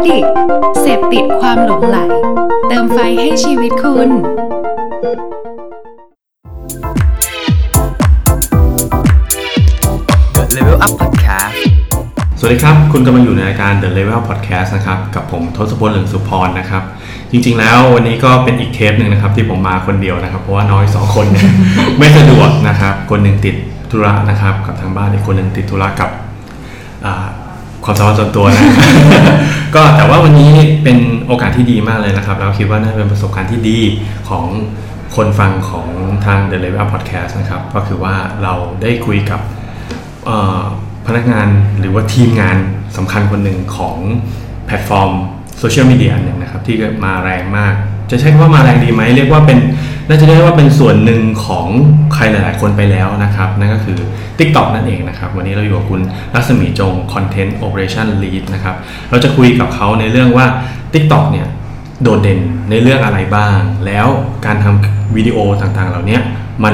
Addict เสพติดความหลงใหลเติมไฟให้ชีวิตคุณ The Level Up Podcast สวัสดีครับคุณกำลังอยู่ในรายการ The Level Up Podcast นะครับกับผมทศพล เหลืองสุพรนะครับจริงๆแล้ววันนี้ก็เป็นอีกเทปนึงนะครับที่ผมมาคนเดียวนะครับเพราะว่าน้อย2คนเนี่ย ไม่สะดวกนะครับคนนึงติดธุระนะครับกับทางบ้านอีกคนนึงติดธุระกับความสัมพันธ์ส่วนตัวนะ ก็แต่ว่าวันนี้เป็นโอกาสที่ดีมากเลยนะครับเราคิดว่าน่าจะเป็นประสบการณ์ที่ดีของคนฟังของทาง The Level Up Podcast นะครับก็คือว่าเราได้คุยกับพนักงานหรือว่าทีมงานสำคัญคนหนึ่งของแพลตฟอร์มโซเชียลมีเดียหนึ่งนะครับที่มาแรงมากจะใช้คำว่ามาแรงดีไหมเรียกว่าเป็นน่าจะเรียกว่าเป็นส่วนหนึ่งของใครหลายๆคนไปแล้วนะครับนั่นก็คือ TikTok นั่นเองนะครับวันนี้เราอยู่กับคุณรัศมีจง Content Operation Lead นะครับเราจะคุยกับเขาในเรื่องว่า TikTok เนี่ยโดดเด่นในเรื่องอะไรบ้างแล้วการทำวิดีโอต่างๆเหล่านี้มัน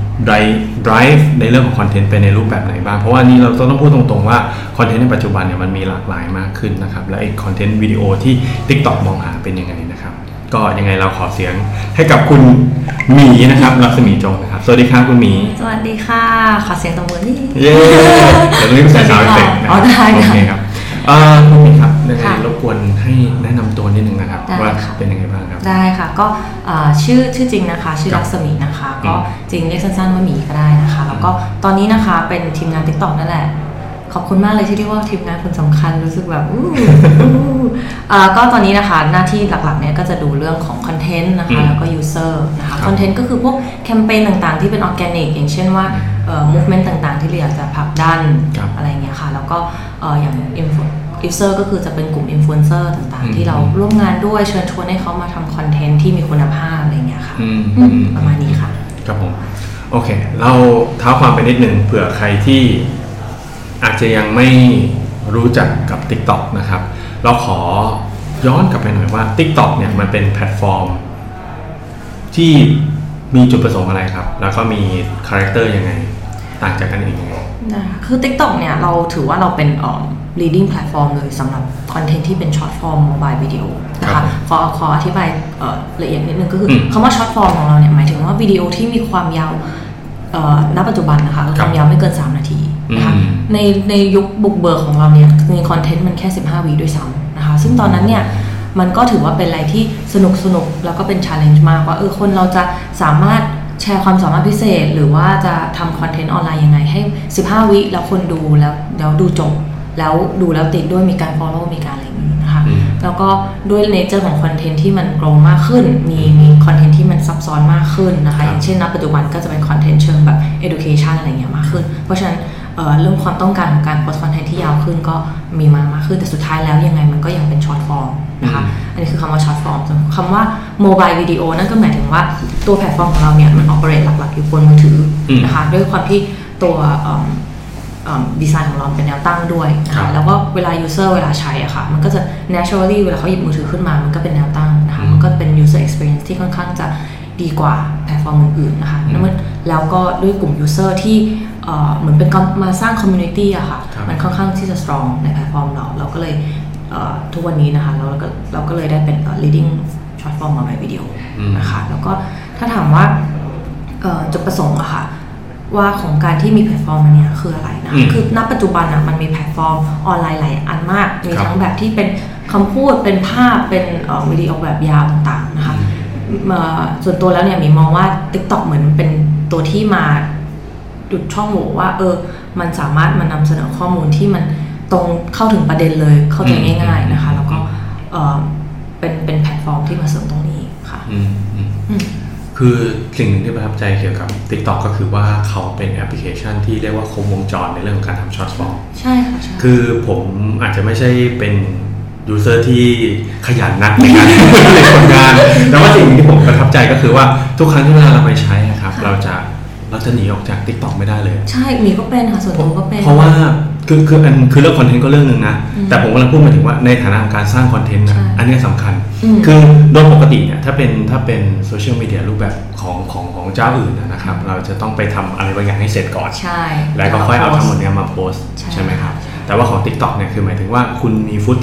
drive ในเรื่องของคอนเทนต์ไปในรูปแบบไหนบ้างเพราะว่านี่เราต้องพูดตรงๆว่าคอนเทนต์ในปัจจุบันเนี่ยมันมีหลากหลายมากขึ้นนะครับและไอ้คอนเทนต์วิดีโอที่ TikTok มองหาเป็นยังไงนะครับก็ยังไงเราขอเสียงให้กับคุณหมีนะครับรัศมีจงนะครับสวัสดีครับคุณหมีสวัสดีค่ะขอเสียงตบมือนี่เย้เดี๋ยวนี้เป็นสายสาวเอฟเฟกต์นะได้โอเคครับคุณหมีครับยังไงรบกวนให้แนะนำตัวนิดนึงนะครับว่าเป็นยังไงบ้างครับได้ค่ะก็ชื่อจริงนะคะชื่อรัศมีนะคะก็จริงเรียกสั้นๆว่าหมีก็ได้นะคะแล้วก็ตอนนี้นะคะเป็นทีมงาน TikTok นั่นแหละขอบคุณมากเลยที่เรียกว่าทีมงานคนสำคัญรู้สึกแบบก็ตอนนี้นะคะหน้าที่หลักๆเนี่ยก็จะดูเรื่องของคอนเทนต์นะคะแล้วก็ยูเซอร์นะคะคอนเทนต์ก็คือพวกแคมเปญต่างๆที่เป็นออร์แกนิกอย่างเช่นว่าmovement ต่างๆที่เราอยากจะผลักดันอะไรเงี้ยค่ะแล้วก็อย่างยูเซอร์ก็คือจะเป็นกลุ่มอินฟลูเอนเซอร์ต่างๆที่เราร่วมงานด้วยเชิญชวนให้เขามาทำคอนเทนต์ที่มีคุณภาพอะไรเงี้ยค่ะประมาณนี้ค่ะครับผมโอเคเราเท้าความไปนิดนึงเผื่อใครที่อาจจะยังไม่รู้จักกับ TikTok นะครับเราขอย้อนกลับไปหน่อยว่า TikTok เนี่ยมันเป็นแพลตฟอร์มที่มีจุดประสงค์อะไรครับแล้วก็มีคาแรคเตอร์ยังไงต่างจากกันยังไงคือ TikTok เนี่ยเราถือว่าเราเป็นleading platform เลยสำหรับคอนเทนต์ที่เป็น short form mobile video นะคะขออธิบายละเอียดนิดนึงก็คือคำว่า short form ของเราเนี่ยหมายถึงว่าวิดีโอที่มีความยาวณปัจจุบันนะคะความยาวไม่เกิน3นาทีนะคะในยุคบุกเบิกของเราเนี่ยมีคอนเทนต์มันแค่15วิด้วยซ้ำนะคะซึ่งตอนนั้นเนี่ยมันก็ถือว่าเป็นอะไรที่สนุกแล้วก็เป็น challenge มากว่าคนเราจะสามารถแชร์ความสามารถพิเศษหรือว่าจะทำคอนเทนต์ออนไลน์ยังไงให้15วิแล้วคนดูแล้วดูจบแล้วดูแล้วติดด้วยมีการ follow มีการอะไรอย่างนี้นะคะแล้วก็ด้วยเนเจอร์ของคอนเทนต์ที่มันโกรว์มากขึ้นมีคอนเทนต์ที่มันซับซ้อนมากขึ้นนะคะอย่างเช่นณปัจจุบันก็จะเป็นคอนเทนต์เชิงแบบ education อะไรเงี้ยมากขึ้นเพราะฉะนั้นเรื่องความต้องการของการโพสต์คอนเทนต์ที่ยาวขึ้นก็มีมากขึ้นแต่สุดท้ายแล้วยังไงมันก็ยังเป็นช็อตฟอร์มนะคะอันนี้คือคำว่าช็อตฟอร์มคำว่าโมบายวิดีโอนั่นก็หมายถึงว่าตัวแพลตฟอร์มของเราเนี่ยมันออเปเรตหลักๆอยู่บนมือถือนะคะด้วยความที่ตัวดีไซน์ของเราเป็นแนวตั้งด้วยนะคะแล้วก็เวลา user เวลาใช้อะค่ะมันก็จะ naturally เวลาเขาหยิบมือถือขึ้นมามันก็เป็นแนวตั้งนะคะมันก็เป็น user experience ที่ค่อนข้างจะดีกว่าแพลตฟอร์มอื่นๆนะคะแล้วก็ด้วยกลุ่ม user ที่เหมือนเป็นมาสร้าง community อะค่ะมันค่อนข้างที่จะ strong ในแพลตฟอร์มเราก็เลยทุกวันนี้นะคะเราก็เลยได้เป็น leading short form mobile video นะคะแล้วก็ถ้าถามว่าจุดประสงค์อะค่ะว่าของการที่มีแพลตฟอร์มอันนี้คืออะไรนะคือณปัจจุบันอะมันมีแพลตฟอร์มออนไลน์หลายอันมากมีทั้งแบบที่เป็นคำพูดเป็นภาพเป็นวิดีโอแบบยาวต่างๆนะคะส่วนตัวแล้วเนี่ยมีมองว่า TikTok เหมือนเป็นตัวที่มาดุดช่องโหว่ว่ามันสามารถมานำเสนอข้อมูลที่มันตรงเข้าถึงประเด็นเลยเข้าใจง่ายๆนะคะแล้วก็เป็นแพลตฟอร์มที่มาเสริมตรงนี้ค่ะคือสิ่งหนึ่งที่ประทับใจเกี่ยวกับ TikTok ก็คือว่าเขาเป็นแอปพลิเคชันที่เรียกว่าครบวงจรในเรื่องของการทำช็อตฟอร์มใช่ค่ะคือผมอาจจะไม่ใช่เป็นยูเซอร์ที่ขยันนักในการในผลงานแต่ว่าสิ่งที่ผมประทับใจก็คือว่าทุกครั้งที่เวลาเราไปใช้นะครับเราจะหนีออกจาก TikTok ไม่ได้เลยใช่มีก็เป็นค่ะส่วนตัวก็เป็นเพราะว่าคือเรื่องคอนเทนต์ก็เรื่องนึงนะแต่ผมกำลังพูดมาถึงว่าในฐานะการสร้างคอนเทนต์นะอันนี้สำคัญคือโดยปกติเนี่ยถ้าเป็นโซเชียลมีเดียรูปแบบของเจ้าอื่นนะครับเราจะต้องไปทำอะไรบางอย่างให้เสร็จก่อนใช่แล้วก็ค่อยเอาทั้งหมดนี้มาโพสต์ใช่ไหมครับแต่ว่าของ TikTok เนี่ยคือหมายถึงว่าคุณมีฟุตเทจ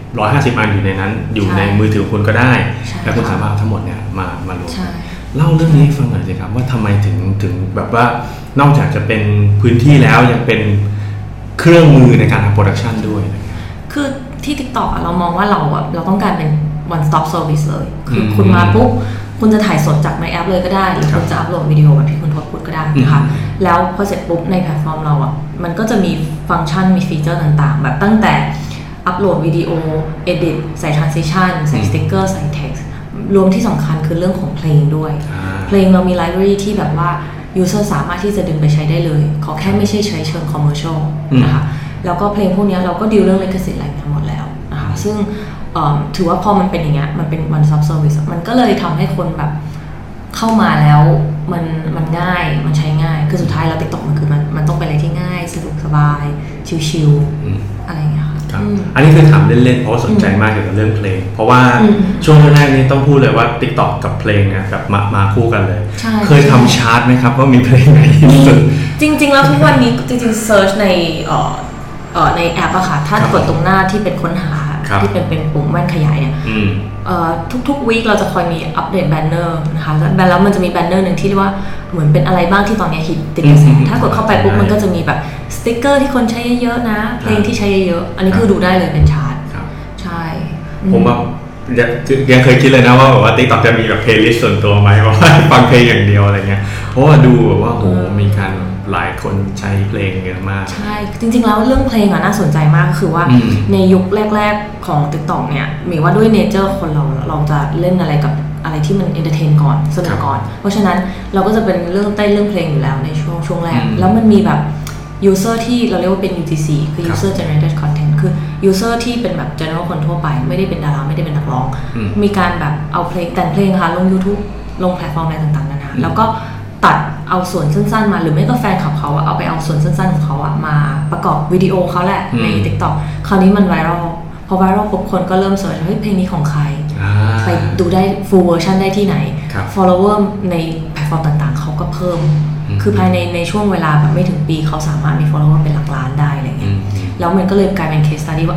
150อันอยู่ในนั้นอยู่ในมือถือคุณก็ได้แล้วคุณสามารถทั้งหมดเนี่ยมารวมเล่าเรื่องนี้ให้ฟังหน่อยสิครับว่าทำไมถึงแบบว่านอกจากจะเป็นพื้นที่แล้วยังเป็นเครื่องมือในการทำโปรดักชันด้วยคือที่ TikTok เรามองว่าเราต้องการเป็น one stop service เลยคือคุณมาปุ๊บคุณจะถ่ายสดจากในแอปเลยก็ได้หรือคุณจะอัพโหลดวิดีโอแบบที่คุณทศพูดก็ได้นะคะแล้วพอเสร็จปุ๊บในแพลตฟอร์มเราอ่ะมันก็จะมีฟังก์ชันมีฟีเจอร์ต่างๆแบบตั้งแต่อัพโหลดวิดีโอ edit ใส่ transition ใส่สติ๊กเกอร์ใส่ text รวมที่สำคัญคือเรื่องของเพลงด้วยเพลงเรามีไลบรารีที่แบบว่า user สามารถที่จะดึงไปใช้ได้เลยขอแค่ไม่ใช่ใช้เชิง commercial นะคะแล้วก็เพลงพวกนี้เราก็ดีลเรื่องลิขสิทธิ์อะไรเงี้ยหมดแล้วนะคะซึ่งถือว่าพอมันเป็นอย่างเงี้ยมันเป็น one stop service มันก็เลยทำให้คนแบบเข้ามาแล้วมันง่ายมันใช้ง่ายคือสุดท้ายแล้ว TikTok มันคือมันต้องเป็นอะไรที่ง่ายสะดวกสบายชิลๆอะไรอย่างเงี้ยค่ะอันนี้คือถามเล่นๆเพราะสนใจมากเกี่ยวกับเรื่องเพลงเพราะว่าช่วงแรกนี้ต้องพูดเลยว่า TikTok กับเพลงเนี่ยแบบมาคู่กันเลยเคยทำชาร์ตไหมครับว่ามีเพลงไหนที่สุดจริงๆแล้วทุกวันนี้จริงๆ search ในแอปอะค่ะถ้ากดตรงหน้าที่เป็นค้นหาที่เป็นปุ่มแว่นขยายเนี่ยทุกวีคเราจะคอยมีอัปเดตแบนเนอร์นะคะแล้วมันจะมีแบนเนอร์หนึ่งที่เรียกว่าเหมือนเป็นอะไรบ้างที่ตอนนี้ฮิตติดกระแสถ้ากดเข้าไปปุ๊บมันก็จะมีแบบสติ๊กเกอร์ที่คนใช้เยอะๆนะเพลงที่ใช้เยอะๆอันนี้คือดูได้เลยเป็นชาร์ตใช่ผมแบบยังเคยคิดเลยนะว่าแบบว่า TikTok จะมีแบบเพลย์ลิสต์ส่วนตัวไหมว่าฟังเพลงอย่างเดียวอะไรเงี้ยเพราะว่าดูแบบว่าโหมีการหลายคนใช้เพลงเยอะมากใช่จริงๆแล้วเรื่องเพลงอะน่าสนใจมากคือว่าในยุคแรกๆของ TikTok เนี่ยมีว่าด้วยเนเจอร์คนเราจะเล่นอะไรกับอะไรที่มันเอนเตอร์เทนก่อนสนุกก่อนเพราะฉะนั้นเราก็จะเป็นเรื่องเต้นเรื่องเพลงอยู่แล้วในช่วงแรกแล้วมันมีแบบ user ที่เราเรียกว่าเป็น UGC คือ user generated content คือ user ที่เป็นแบบ general คนทั่วไปไม่ได้เป็นดาราไม่ได้เป็นนักร้องมีการแบบเอาเพลงแต่งเพลงค่ะลง YouTube ลงแพลตฟอร์มอะไรต่างๆนานาแล้วก็ตัดเอาส่วนสั้นๆมาหรือไม่ก็แฟนคลับเขาเอาไปเอาส่วนสั้นๆของเขาอะมาประกอบวิดีโอเขาแหละใน TikTok คราวนี้มันไวรัลพอไวรัลปุ๊บคนก็เริ่มเสิร์ชเฮ้ยเพลงนี้ของใครไปดูได้ full version ได้ที่ไหน follower ในแพลตฟอร์มต่างๆเขาก็เพิ่มคือภายในช่วงเวลาแบบไม่ถึงปีเขาสามารถมี follower เป็นหลักล้านได้อะไรเงี้ยแล้วมันก็เลยกลายเป็น case study ว่า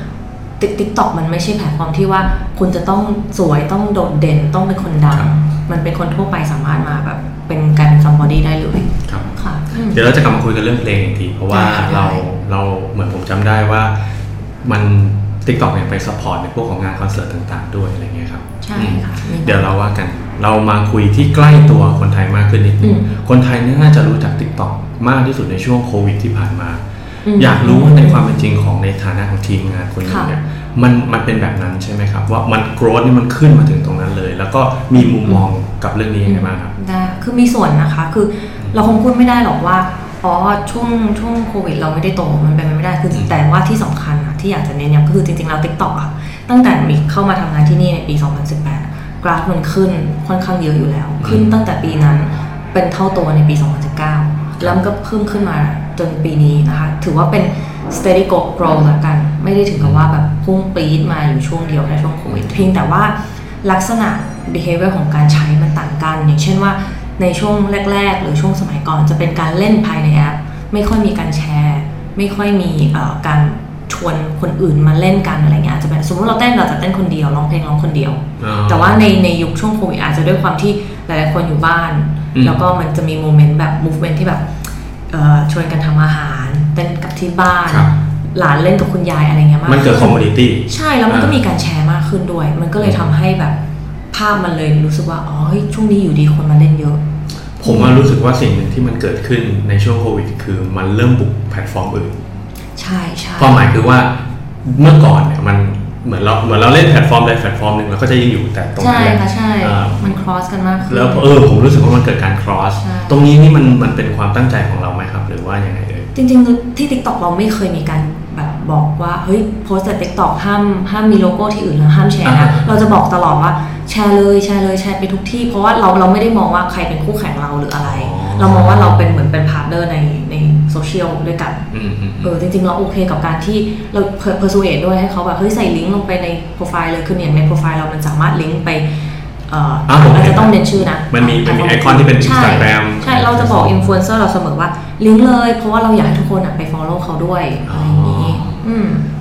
TikTok มันไม่ใช่แพลตฟอร์มที่ว่าคุณจะต้องสวยต้องโดดเด่นต้องเป็นคนดังมันเป็นคนทั่วไปสามารถมาแบบเป็นการเป็น somebody ได้เลยครับค่ะเดี๋ยวเราจะกลับมาคุยกันเรื่องเพลงอีกทีเพราะว่าเราเหมือนผมจำได้ว่ามัน TikTok เนี่ยไป support ในพวกของงานคอนเสิร์ตต่างๆด้วยอะไรเงี้ยครับใช่ค่ะเดี๋ยวเราว่ากันเรามาคุยที่ใกล้ตัวคนไทยมากขึ้นนิดนึงคนไทยน่าจะรู้จัก TikTok มากที่สุดในช่วงโควิดที่ผ่านมาอยากรู้ว่าในความเป็นจริงของในฐานะของทีมงานคนนึงเนี่ยมันเป็นแบบนั้นใช่ไหมครับว่ามันโกรธนี่มันขึ้นมาถึงตรงนั้นเลยแล้วก็มีมุมมองกับเรื่องนี้ยังไงบ้างครับได้คือมีส่วนนะคะคือเราคงพูดไม่ได้หรอกว่าช่วงโควิดเราไม่ได้โตมันเป็นไปไม่ได้คือแต่ว่าที่สำคัญนะที่อยากจะเน้นย้ำก็คือจริงๆแล้ว TikTok อ่ะตั้งแต่มีเข้ามาทำงานที่นี่ในปี 2018 กราฟมันขึ้นค่อนข้างเยอะอยู่แล้วขึ้นตั้งแต่ปีนั้นเป็นเท่าตัวในปี 2019 แล้วมันก็เพิ่มขึ้นมาจนปีนี้นะคะถือว่าเป็น steady growth ละกันไม่ได้ถึงกับว่าแบบพุ่งปี๊ดมาอยู่ช่วงเดียวในช่วงโควิดเพียงแต่ว่าลักษณะ behavior ของการใช้มันต่างกันอย่างเช่นว่าในช่วงแรกๆหรือช่วงสมัยก่อนจะเป็นการเล่นภายในแอปไม่ค่อยมีการแชร์ไม่ค่อยมีการชวนคนอื่นมาเล่นกันอะไรเงี้ยอาจจะเป็นสมมติเราจะเต้นคนเดียวร้องเพลงร้องคนเดียวแต่ว่าในยุคช่วงโควิดอาจจะด้วยความที่หลายๆคนอยู่บ้านแล้วก็มันจะมีโมเมนต์แบบ movement ที่แบบชวนกันทำอาหารเต้นกับที่บ้านหลานเล่นกับคุณยายอะไรเงี้ยมากมันเกิดคอมมูนิตี้ใช่แล้วมันก็มีการแชร์มากขึ้นด้วยมันก็เลยทำให้แบบภาพมันเลยรู้สึกว่าช่วงนี้อยู่ดีคนมาเล่นเยอะผมรู้สึกว่าสิ่งหนึ่งที่มันเกิดขึ้นในช่วงโควิดคือมันเริ่มบุกแพลตฟอร์มอื่นใช่ใช่ความหมายคือว่าเมื่อก่อนเนี่ยมันเหมือนเราเล่นแพลตฟอร์มใดแพลตฟอร์มหนึ่งเราก็จะยังอยู่แต่ตรงนั้นใช่ค่ะใช่มัน cross กันมากแล้วผมรู้สึกว่ามันเกิดการ cross ตรงนี้นี่มันเป็นความตั้งใจของเราไหมครับหรือว่ายังไงจริงๆที่ TikTok เราไม่เคยมีการแบบบอกว่าเฮ้ยโพสต์แต่ TikTok ห้ามมีโลโก้ที่อื่นแล้วห้ามแชร์นะเราจะบอกตลอดว่าแชร์เลยแชร์ไปทุกที่เพราะว่าเราไม่ได้มองว่าใครเป็นคู่แข่งเราหรืออะไรเรามองว่าเราเป็นเหมือนเป็นพาร์ทเนอร์ในโซเชียลด้วยกันจริงๆเราโอเคกับการที่เราเพอร์ซูเอทด้วยให้เขาแบบเฮ้ยใส่ลิงก์ลงไปในโปรไฟล์เลยคือเนี่ยในโปรไฟล์เรามันสามารถลิงก์ไปเราจะต้องเน้นชื่อนะมันมีไอคอนที่เป็น Instagram ใช่เราจะบอกอินฟลูเอนเซอร์เราเสมอว่าลิงก์เลยเพราะว่าเราอยากให้ทุกคนไป follow เขาด้วยอะไรอย่างนี้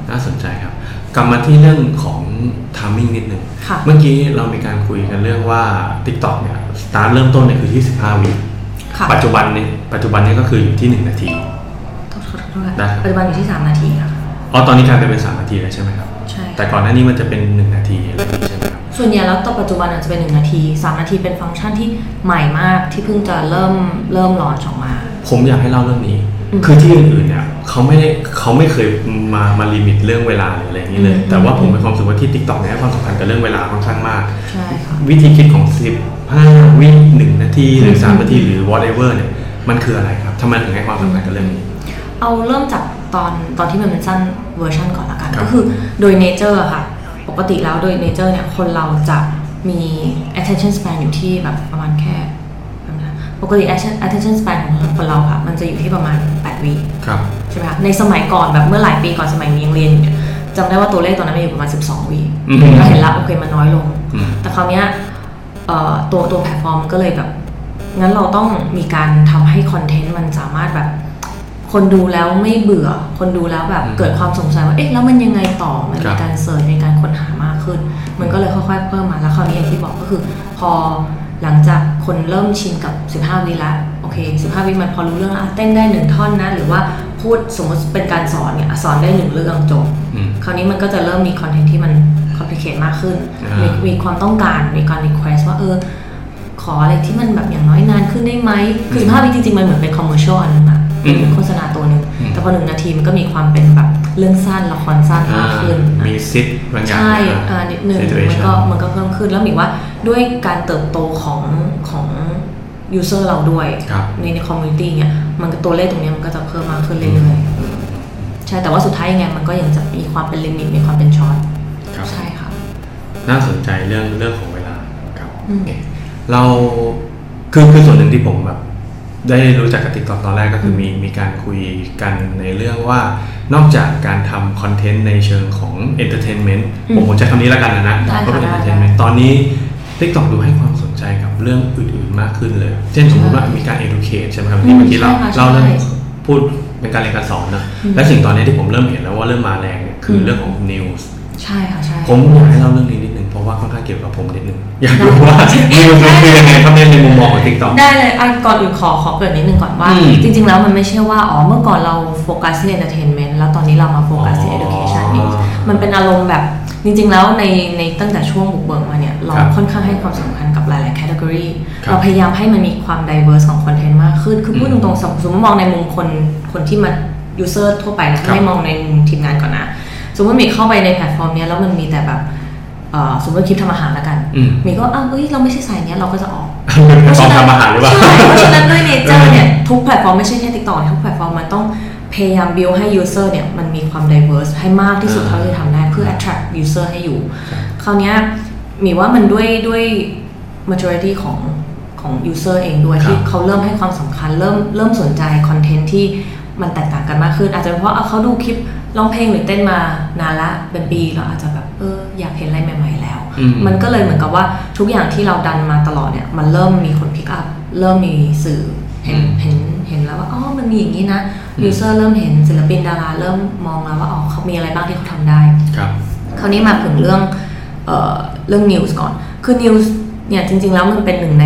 น่าสนใจครับกลับมาที่เรื่องของทามมิ่งนิดนึงเมื่อกี้เรามีการคุยกันเรื่องว่า TikTok เนี่ยสตาร์ทเริ่มต้นเนี่ยคือที่15วิปัจจุบันนี้ก็คืออยู่ที่1นาทีปัจจุบันอยู่ที่3นาทีค่ะตอนนี้กลายเป็น3นาทีแล้วใช่ไหมครับใช่แต่ก่อนหน้านี้มันจะเป็น1นาทีอะไรอย่างนี้ใช่ไหมครับส่วนใหญ่แล้วต่อปัจจุบันอาจจะเป็น1นาที3นาทีเป็นฟังก์ชันที่ใหม่มากที่เพิ่งจะเริ่มลอนช์ออกมาผมอยากให้เล่าเรื่องนี้คือที่อื่นๆเนี่ยเขาไม่เคยมาลิมิตเรื่องเวลาหรืออะไรอย่างนี้เลยแต่ว่าผมมีความรู้สึกว่าที่ TikTok เนี่ยให้ความสำคัญกับเรื่องเวลาค่อนข้างมากใช่ค่ะวิธีคิดของ15วิ1นาทีหรือ3นาทีหรือ whatever เนี่ยมันคืออะไรครับทำไมถึงให้ความสำคัญกับเรื่องนี้เอาเริ่มจากตอนที่มันเป็นสั้นเวอร์ชันก่อนละกันก็คือโดยเนเจอร์ค่ะปกติแล้วโดยเนเจอร์เนี่ยคนเราจะมี attention span อยู่ที่แบบประมาณแค่ปกติ attention span ของคนเราค่ะมันจะอยู่ที่ประมาณ8วิใช่ไหมคะในสมัยก่อนแบบเมื่อหลายปีก่อนสมัยนี้ยังเรียนอยู่จำได้ว่าตัวเลขตอนนั้นมันอยู่ประมาณ12วิก็เห็นแล้วโอเคมันน้อยลงแต่คราวนี้ตัวแพลตฟอร์มก็เลยแบบงั้นเราต้องมีการทำให้คอนเทนต์มันสามารถแบบคนดูแล้วไม่เบื่อคนดูแล้วแบบเกิดความสงสัยว่าเอ๊ะแล้วมันยังไงต่อมันมีการเสิร์ชในการค้นหามากขึ้นมันก็เลยค่อยๆเพิ่มมาแล้วคราวนี้อย่างที่บอกก็คือพอหลังจากคนเริ่มชินกับ15วิแล้วโอเค15วิมันพอรู้เรื่องเต้นได้1ท่อนนะหรือว่าพูดสมมติเป็นการสอนเนี่ยสอนได้1เรื่องจบคราวนี้มันก็จะเริ่มมีคอนเทนต์ที่มันคอมพลีเคทมากขึ้นมีความต้องการมีการรีเควสว่าขออะไรที่มันแบบอย่างน้อยนานขึ้นได้ไหมคือ15วิจริงๆมันเหมือนเป็นคอมเมอร์เชียลอันนึงอะเป็นโฆษณาตัวนึงแต่พอ1นาทีมันก็มีความเป็นแบบเรื่องสั้นละครสั้นมากขึ้นมีซิทบางอย่างใช่นิดนึงมันก็เพิ่มขึ้นแล้วหมายว่าด้วยการเติบโตของยูเซอร์เราด้วยในคอมมูนิตี้เนี่ยมันตัวเลขตรงนี้มันก็จะเพิ่มมากขึ้นเรื่อยๆใช่แต่ว่าสุดท้ายยังไงมันก็ยังจะมีความเป็นลิมิตมีความเป็นช็อตใช่ค่ะน่าสนใจเรื่องของเวลาครับเราคือส่วนหนึ่งที่ผมแบบได้รู้จักกับ TikTok ตอนแรกก็คือมีการคุยกันในเรื่องว่านอกจากการทำคอนเทนต์ในเชิงของ entertainment ผมใช้คำนี้แล้วกันนะก็เป็น entertainment ตอนนี้ TikTok ดูให้ความสนใจกับเรื่องอื่นๆมากขึ้นเลยเช่นสมมติว่ามีการ educate ใช่ไหมครับที่เมื่อกี้เราเรื่องพูดเป็นการเรียนการสอนนะและสิ่งตอนนี้ที่ผมเริ่มเห็นแล้วว่าเริ่มมาแรงเนี่ยคือเรื่องของ news ใช่ค่ะใช่ผมอยากให้เล่าเรื่องนี้นิดนึงเพราะว่าค่อนข้างเกี่ยวกับผมนิดนึงอยากรู้ว่ามันคือยังไงครับในมุมมองของ TikTok ได้เลยก่อนอื่นขอเกริ่นนิดนึงก่อนว่าจริงๆแล้วมันไม่ใช่ว่าเมื่อก่อนเราโฟกัสที่ entertainment แล้วตอนนี้เรามาโฟกัสที่ education มันเป็นอารมณ์แบบจริงๆแล้วในตั้งแต่ช่วงบุกเบิกมาเนี่ยเราค่อนข้างให้ความสำคัญกับหลายๆ category เราพยายามให้มันมีความ diverse ของ content มากขึ้นคือพูดตรงๆสมมติมองในมุมคนที่มา user ทั่วไปนะไม่มองในมุมทีมงานก่อนนะสมมติมีเข้าไปในแพลตฟอร์มนี้แล้วมันมีแต่แบบสมมติคลิปทำอาหารแล้วกันมีก็เราไม่ใช่สายนี้เราก็จะออกเพราะฉะนั้นทำอาหารหรือเปล่าเพราะฉะนั้นด้วยเนเจอร์เนี่ยทุกแพลตฟอร์มไม่ใช่แค่ TikTok ทุกแพลตฟอร์มมันต้องพยายาม build ให้ user เนี่ยมันมีความ diverse ให้มากที่สุดเท่าที่ทำได้เพื่อ attract user ให้อยู่คราวนี้มีว่ามันด้วย majority ของ user เองด้วยที่เขาเริ่มให้ความสำคัญเริ่มสนใจคอนเทนต์ที่มันแตกต่างกันมากขึ้นอาจจะเพราะเขาดูคลิปร้องเพลงหรือเต้นมานานละเป็นปีเราอาจจะแบบอยากเห็นอะไรใหม่ๆแล้วมันก็เลยเหมือนกับว่าทุกอย่างที่เราดันมาตลอดเนี่ยมันเริ่มมีคนพิกอัพเริ่มมีสื่อเห็นแล้วว่ามันมีอย่างนี้นะยูเซอร์เริ่มเห็นศิลปินดาราเริ่มมองแล้วว่าเขามีอะไรบ้างที่เขาทำได้คราวนี้มาถึงเรื่องนิวส์ก่อนคือนิวส์เนี่ยจริงๆแล้วมันเป็นหนึ่งใน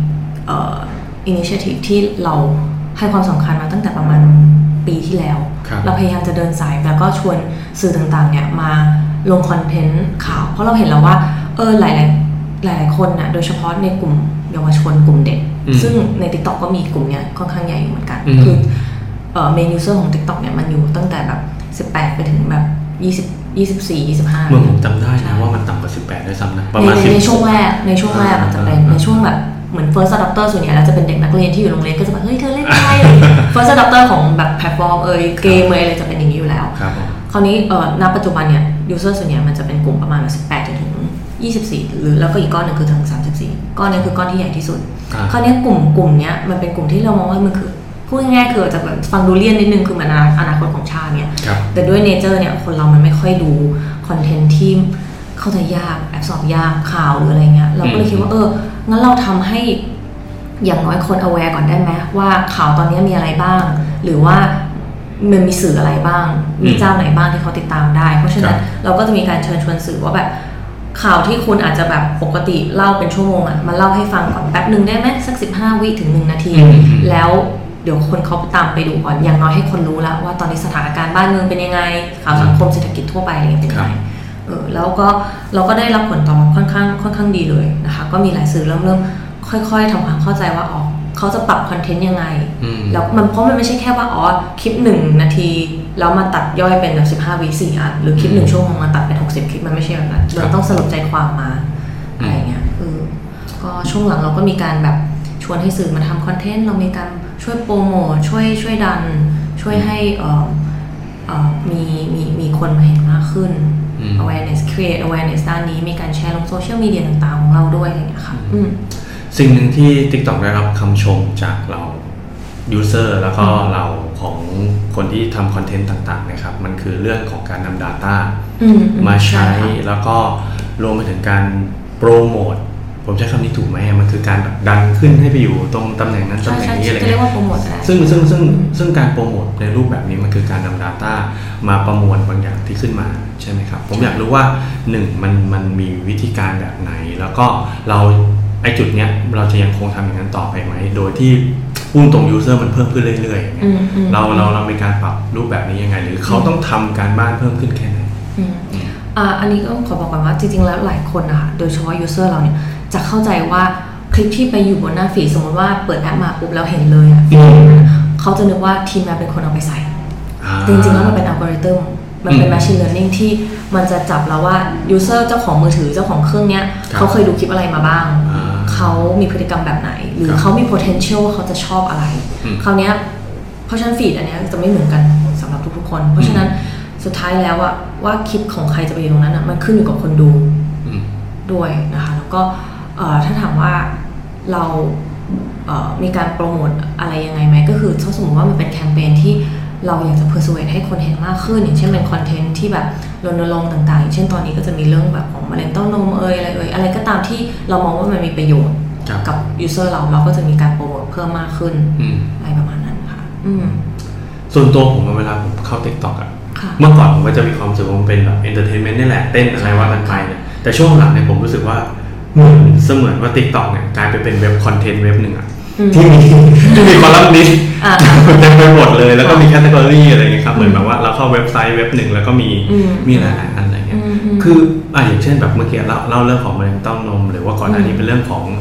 initiative ที่เราให้ความสำคัญมาตั้งแต่ประมาณปีที่แล้วเราพยายามจะเดินสายแล้วก็ชวนสื่อต่างๆเนี่ยมาลงคอนเทนต์ข่าวเพราะเราเห็นแล้วว่าหลายคนนะโดยเฉพาะในกลุ่มเยาวชนกลุ่มเด็กซึ่งใน TikTok ก็มีกลุ่มเนี้ยค่อนข้างใหญ่อยู่เหมือนกันคือเมนยูเซอร์ของ TikTok เนี่ยมันอยู่ตั้งแต่แบบ18ไปถึงแบบ24 25 เมื่อผมจำได้นะว่ามันต่ำกว่า18ด้วยซ้ำนะประมาณในช่วงแรกมันจะเป็นในช่วงแบบเหมือน first adopter ส่วนใหญ่แล้วจะเป็นเด็กนักเรียนที่อยู่โรงเรียนก็จะแบบเฮ้ยเธอเล่นได้ first adopter ของแบบแพลตฟอร์มเกมอะไรจะเป็นอย่างนี้อยู่แล้วคราวนี้ณปัจจุบันเนี่ย user ส่วนใหญ่มันจะเป็นกลุ่มประมาณ18จนถึง24หรือแล้วก็อีกก้อนนึงคือถึง34ก้อนนี้คือก้อนที่ใหญ่ที่สุดคราวนี้กลุ่มเนี้ยมันเป็นกลุ่มที่เรามองว่ามันคือพูดง่ายๆคือจะแบบฟังดูเลี่ยนนิดนึงคือมันอนาคตของชาติเนี่ยแต่ด้วยเนเจอร์เนี่ยคนเรามันไม่ค่อยดูคอนเทนต์ที่เข้าใจยากแอบสอบยากข่าวหรืออะไรเงี้ยเราก็เลยคิดว่างั้นเราทำให้อย่างน้อยคน aware ก่อนได้ไหมว่าข่าวตอนนี้มีอะไรบ้างหรือว่ามันมีสื่ออะไรบ้างมีเจ้าไหนบ้างที่เขาติดตามได้เพราะฉะนั้นเราก็จะมีการเชิญชวนสื่อว่าแบบข่าวที่คุณอาจจะแบบปกติเล่าเป็นชั่วโมงอ่ะมาเล่าให้ฟังก่อนแป๊บนึงได้ไหมสัก15 วิถึง1 นาทีแล้วเดี๋ยวคนเขาตามไปดูก่อนอย่างน้อยให้คนรู้แล้วว่าตอนนี้สถานการณ์บ้านเมืองเป็นยังไงข่าวสังคมเศรษฐกิจทั่วไปอะไรเป็นยังไงแล้วก็เราก็ได้รับผลตอบรับค่อนข้างดีเลยนะคะก็มีหลายสื่อเริ่มค่อยๆทำความเข้าใจว่าเขาจะปรับคอนเทนต์ยังไงแล้วเพราะมันไม่ใช่แค่ว่าคลิป1 นาทีแล้วมาตัดย่อยเป็นแบบ15 วิ4 อันหรือคลิป1 ชั่วโมงมาตัดเป็น60 คลิปมันไม่ใช่แบบนั้นเราต้องสรุปใจความมาอะไรเงี้ยก็ช่วงหลังเราก็มีการแบบชวนให้สื่อมาทำคอนเทนต์เรามีการช่วยโปรโมทช่วยดันช่วยให้มีคนมาเห็นมากขึ้น awareness create awareness ด้านนี้มีการแชร์ลงโซเชียลมีเดียต่างๆของเราด้วยอะไรอย่างเงี้ยค่ะสิ่งหนึ่งที่ TikTok ได้รับคำชมจากเรา user แล้วก็เราของคนที่ทำคอนเทนต์ต่างๆนะครับมันคือเรื่องของการนำ data มาใช้แล้วก็รวมไปถึงการโปรโมทผมใช้คำนี้ถูกไหมมันคือการแบบดันขึ้นให้ไปอยู่ตรงตำแหน่งนั้นตำแหน่งนี้อะไรเงี้ยซึ่งการโปรโมทในรูปแบบนี้มันคือการนำ data มาประมวลบางอย่างที่ขึ้นมาใช่ไหมครับผมอยากรู้ว่ามันมีวิธีการแบบไหนแล้วก็เราไอ้จุดเนี้ยเราจะยังคงทำอย่างนั้นต่อไปไหมโดยที่พุ่งตรง user มันเพิ่มขึ้นเรื่อยๆเรามีการปรับรูปแบบนี้ยังไงหรือเขาต้องทำการบ้านเพิ่มขึ้นแค่ไหนอันนี้ก็ขอบอกก่อนว่าจริงๆแล้วหลายคนนะคะโดยเฉพาะ user เราเนี่ยจะเข้าใจว่าคลิปที่ไปอยู่บนหน้าฟีดสมมติว่าเปิดแอปมาปุ๊บแล้วเห็นเลยเขาจะนึกว่าทีมงานเป็นคนเอาไปใส่จริงๆแล้วมันเป็นอัลกอริทึมมันเป็น machine learning ที่มันจะจับแล้วว่า user เจ้าของมือถือเจ้าของเครื่องเนี้ยเขาเคยดูคลิปอะไรมาบ้างเขามีพฤติกรรมแบบไหนหรือเขามี potential ว่าเขาจะชอบอะไรคราวนี้เพราะฉะนั้นฟีดอันนี้จะไม่เหมือนกันสำหรับทุกๆคนเพราะฉะนั้นสุดท้ายแล้วว่าคลิปของใครจะไปอยู่ตรงนั้นมันขึ้นอยู่กับคนดูด้วยนะคะแล้วก็ถ้าถามว่าเรามีการโปรโมทอะไรยังไงไหมก็คือถ้าสมมติว่ามันเป็นแคมเปญที่เราอยากจะ persuade ให้คนเห็นมากขึ้นอย่างเช่นเป็นคอนเทนต์ที่แบบรณรงค์ต่างๆอย่างเช่นตอนนี้ก็จะมีเรื่องแบบของมะเร็งเต้านมอะไรก็ตามที่เรามองว่ามันมีประโยชน์กับ user เราก็จะมีการโปรโมทเพิ่มมากขึ้นอะไรประมาณนั้นค่ะส่วนตัวผมเวลาผมเข้า TikTok เมื่อก่อนผมก็จะมีความรู้สึกว่ามันเป็นแบบ entertainment นี่แหละเต้นอะไรว่ากันไปเนี่ยแต่ช่วงหลังเนี่ยผมรู้สึกว่าเหมือนว่า TikTok เนี่ยกลายไปเป็นเว็บคอนเทนต์เว็บหนึ่งที่มีคอลัมนิสต์เต็มไปหมดเลยแล้วก็มีแคตตากรีอะไรเงี้ยครับเหมือนแบบว่าเราเข้าเว็บไซต์เว็บหนึ่งแล้วก็มีหลายๆอันอะไรเงี้ยคืออย่างเช่นแบบเมื่อกี้เล่าเรื่องของมะเร็งเต้านมหรือว่าก่อนหน้านี้เป็นเรื่องของ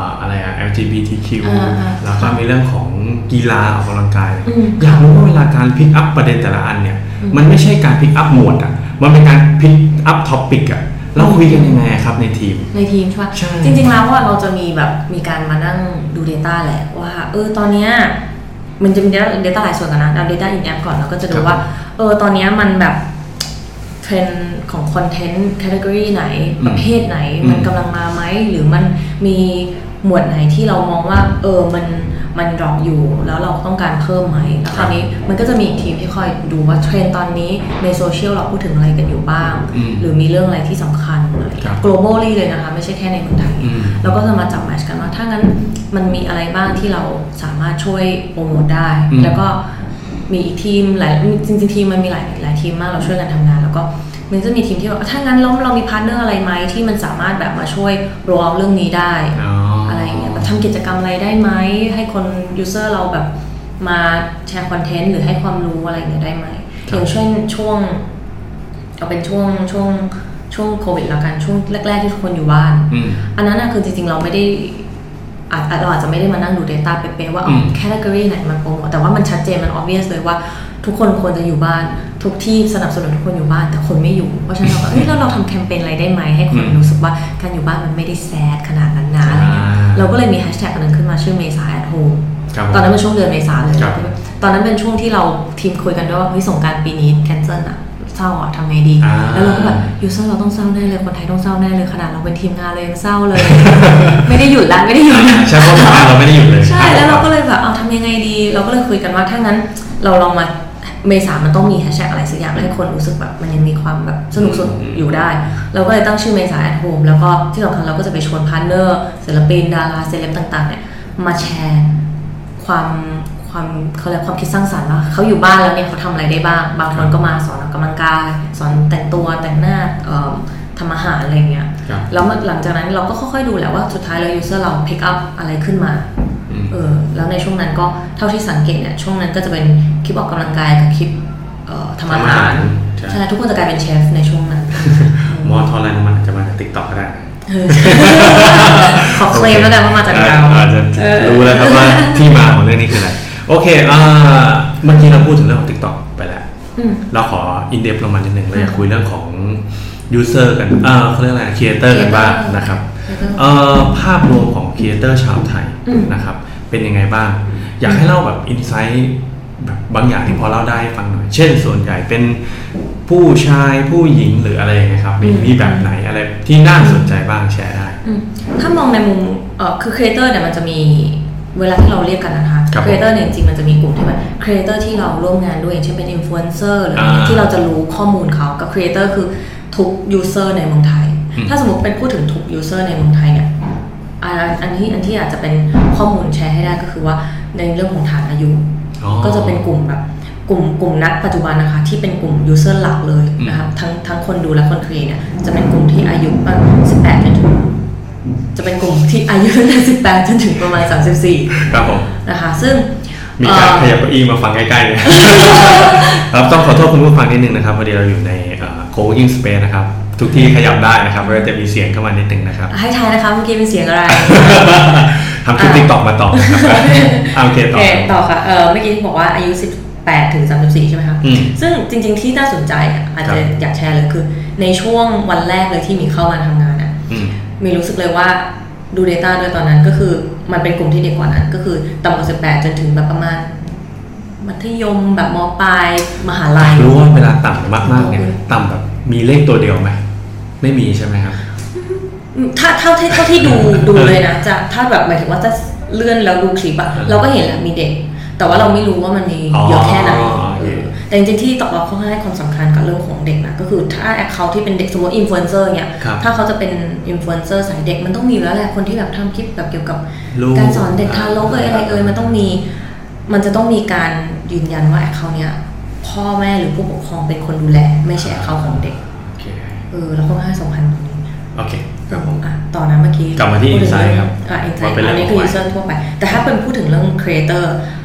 LGBTQ แล้วก็มีเรื่องของกีฬาออกกำลังกายอยากรู้ว่าเวลาการพิกอัพประเด็นแต่ละอันเนี่ยมันไม่ใช่การพิกอัพหมวดมันเป็นการพิกอัพท็อปิกเราคุยกันยังไงครับในทีมใช่ไหมจริงๆแล้วว่าเราจะมีการมานั่งดู Data แหละว่าตอนเนี้ยมันจะมี Data หลายส่วนกันนะเอา Data in app ก่อนเราก็จะดูว่าตอนเนี้ยมันแบบเทรนด์ของคอนเทนต์แคตตากรีไหนประเภทไหนมันกำลังมาไหมหรือมันมีหมวดไหนที่เรามองว่ามันดรอปอยู่แล้วเราต้องการเพิ่มไหมแล้วคราวนี้มันก็จะมีทีมที่คอยดูว่าเทรนด์ตอนนี้ในโซเชียลเราพูดถึงอะไรกันอยู่บ้างหรือมีเรื่องอะไรที่สำคัญอะไร globally เลยนะคะไม่ใช่แค่ในเมืองไทยเราก็จะมาจับแมทช์กันว่าถ้างั้นมันมีอะไรบ้างที่เราสามารถช่วยโปรโมทได้แล้วก็มีอีกทีมจริงๆทีมมันมีหลายทีมมากเราช่วยกันทำงานแล้วก็มันจะมีทีมที่ว่าถ้างั้นเรามีพาร์ทเนอร์อะไรไหมที่มันสามารถแบบมาช่วยโรลเรื่องนี้ได้อะไรอย่างเงี้ยแบบทำกิจกรรมอะไรได้ไหมให้คนยูเซอร์เราแบบมาแชร์คอนเทนต์หรือให้ความรู้อะไรอย่างเงี้ยได้ไหมอย่างเช่นช่วงเป็นช่วงโควิดละกันช่วงแรกๆที่ทุกคนอยู่บ้านอันนั้นคือจริงๆเราไม่ได้เราอาจจะไม่ได้มานั่งดู Data เป๊ะๆว่าแคตตากรีไหนมันโปรโมทแต่ว่ามันชัดเจนมัน obvious เลยว่าทุกคนควรจะอยู่บ้านทุกที่สนับสนุนทุกคนอยู่บ้านแต่คนไม่อยู่เพราะฉะนั้นเราก็แล้วเราทำแคมเปญอะไรได้ไหมให้คนรู้สึกว่าการอยู่บ้านมันไม่ได้แซดขนาดนั้นนะอะไรเงี้ยเราก็เลยมีแฮชแท็กอันนึงขึ้นมาชื่อเมษา at home ตอนนั้นเป็นช่วงเดือนเมษาเลยตอนนั้นเป็นช่วงที่เราทีมคุยกันด้วยว่าสงกรานต์ปีนี้แคนเซิลเศร้าทำไงดีแล้วเราก็แบบยูเซอร์เราต้องเศร้าแน่เลยคนไทยต้องเศร้าแน่เลยขนาดเราเป็นทีมงานเลยยังเศร้าเลย ไม่ได้หยุดใช่เพราะเราไม่ได้หยุดเลยใช่แล้วเราก็เลยแบบทำยังไงดีเราก็เลยคุยกันว่าถ้างั้นเราลองมาเมษามันต้องมีแฮชแท็กอะไรสักอย่างให้คนรู้สึกแบบมันยังมีความแบบสนุกอยู่ได้เราก็เลยตั้งชื่อเมษา at home แล้วก็ที่สำคัญเราก็จะไปชวนพาร์ทเนอร์ศิลปินดาราเซเลบต่างๆเนี่ยมาแชร์ควความเขาเรียกความคิดสร้างสรรค์ว่าเขาอยู่บ้านแล้วเนี่ยเขาทำอะไรได้บ้างบางคนก็มาสอนออกกำลังกายสอนแต่งตัวแต่งหน้าทำอาหารอะไรเงี้ยแล้วหลังจากนั้นเราก็ค่อยๆดูแหละว่าสุดท้ายแล้ว user เรา pick up อะไรขึ้นมาแล้วในช่วงนั้นก็เท่าที่สังเกตเนี่ยช่วงนั้นก็จะเป็นคลิปออกกำลังกายกับคลิปทำอาหารใช่ทุกคนจะกลายเป็นเชฟในช่วงนั้นมอทออะไรมันจะมาจาก TikTok ก็ได้ขอเคลมแล้วกันว่ามาจากเราอาจจะรู้แล้วครับว่าที่มาของเรื่องนี้คืออะไรโอเคเมื่อกี้เราพูดถึงเรื่องของ TikTok ไปแล้วเราขออินเดปลงมานิดนึงเราอยากคุยเรื่องของ user กันเขาเรียกอะไร creator กันบ้างนะครับภาพรวมของ creator ชาวไทยนะครับเป็นยังไงบ้างอยากให้เล่าแบบ insight แบบบางอย่างที่พอเล่าได้ฟังหน่อยเช่นส่วนใหญ่เป็นผู้ชายผู้หญิงหรืออะไรอย่างเงี้ยครับมีแบบไหนอะไรที่น่าสนใจบ้างแชร์ได้ถ้ามองในมุมคือ creator เนี่ยมันจะมีเวลาที่เราเรียกกันนะคะ creator เนี่ยจริงๆมันจะมีกลุ่มที่แบบ creator ที่เราร่วมงานด้วยอย่างเช่นเป็น influencer หรือที่เราจะรู้ข้อมูลเขากับ creator คือทุก user ในเมืองไทยถ้าสมมติเป็นพูดถึงทุก user ในเมืองไทยเนี่ยอันที่อาจจะเป็นข้อมูลแชร์ให้ได้ก็คือว่าในเรื่องของฐานอายุก็จะเป็นกลุ่มแบบกลุ่มนักปัจจุบันนะคะที่เป็นกลุ่ม user หลักเลยนะคะทั้งคนดูและคนครีเอทเนี่ยจะเป็นกลุ่มที่อายุ18จนถึงจะเป็นกลุ่มที่อายุตั้งแต่18จนถึงประมาณ34 ครับผมนะคะซึ่งมีการขยับเก้าอี้มาฟังใกล้ๆเลยครับต้องขอโทษคุณผู้ฟังนิดนึงนะครับพอดีเราอยู่ใน co-working space นะครับทุกที่ขยับได้นะครับก็จะมีเสียงเข้ามานิดนึงนะครับให้ทายนะคะเมื่อกี้เป็นเสียงอะไรทำคลิป TikTok มาต่อครับโอเคต่อค่ะเมื่อกี้บอกว่าอายุ18ถึง34ใช่ไหมคะซึ่งจริงๆที่น่าสนใจอาจจะอยากแชร์เลยคือในช่วงวันแรกเลยที่มีเข้ามาทำงานมีรู้สึกเลยว่าดู data ด้วยตอนนั้นก็คือมันเป็นกลุ่มที่เด็กกว่านั้นก็คือต่ำกว่า18จนถึงแบบประมาณมัธยมแบบม.ปลายมหาลัยรู้ว่าเวลาต่ำมากๆเนี่ยต่ำแบบมีเลขตัวเดียวไหมไม่มีใช่ไหมครับถ้าเท่าที่ดูเลยนะจะถ้าแบบหมายถึงว่าจะเลื่อนแล้วดูคลิปอะเราก็เห็นแหละมีเด็กแต่ว่าเราไม่รู้ว่ามันมีเยอะแค่ไหนแต่จริงๆที่ตอกเราเขาให้ความสำคัญกับเรื่องของเด็กนะก็คือถ้าแอคเคาท์ที่เป็นเด็กสมมติอินฟลูเอนเซอร์เนี่ยถ้าเขาจะเป็นอินฟลูเอนเซอร์สายเด็กมันต้องมีแล้วแหละคนที่แบบทำคลิปแบบเกี่ยวกับการสอนเด็กทารกอะไรมันต้องมีการยืนยันว่าแอคเคาท์เนี้ยพ่อแม่หรือผู้ปกครองเป็นคนดูแลไม่ใช่แอคเคาท์ของเด็กเราก็ให้สำคัญตรงนี้โอเคครับผมต่อนะเมื่อกี้กลับมาที่ insight ครับ insight อันนี้คือ user ทั่วไปแต่ถ้าเป็นพูดถึงเรื่อง creator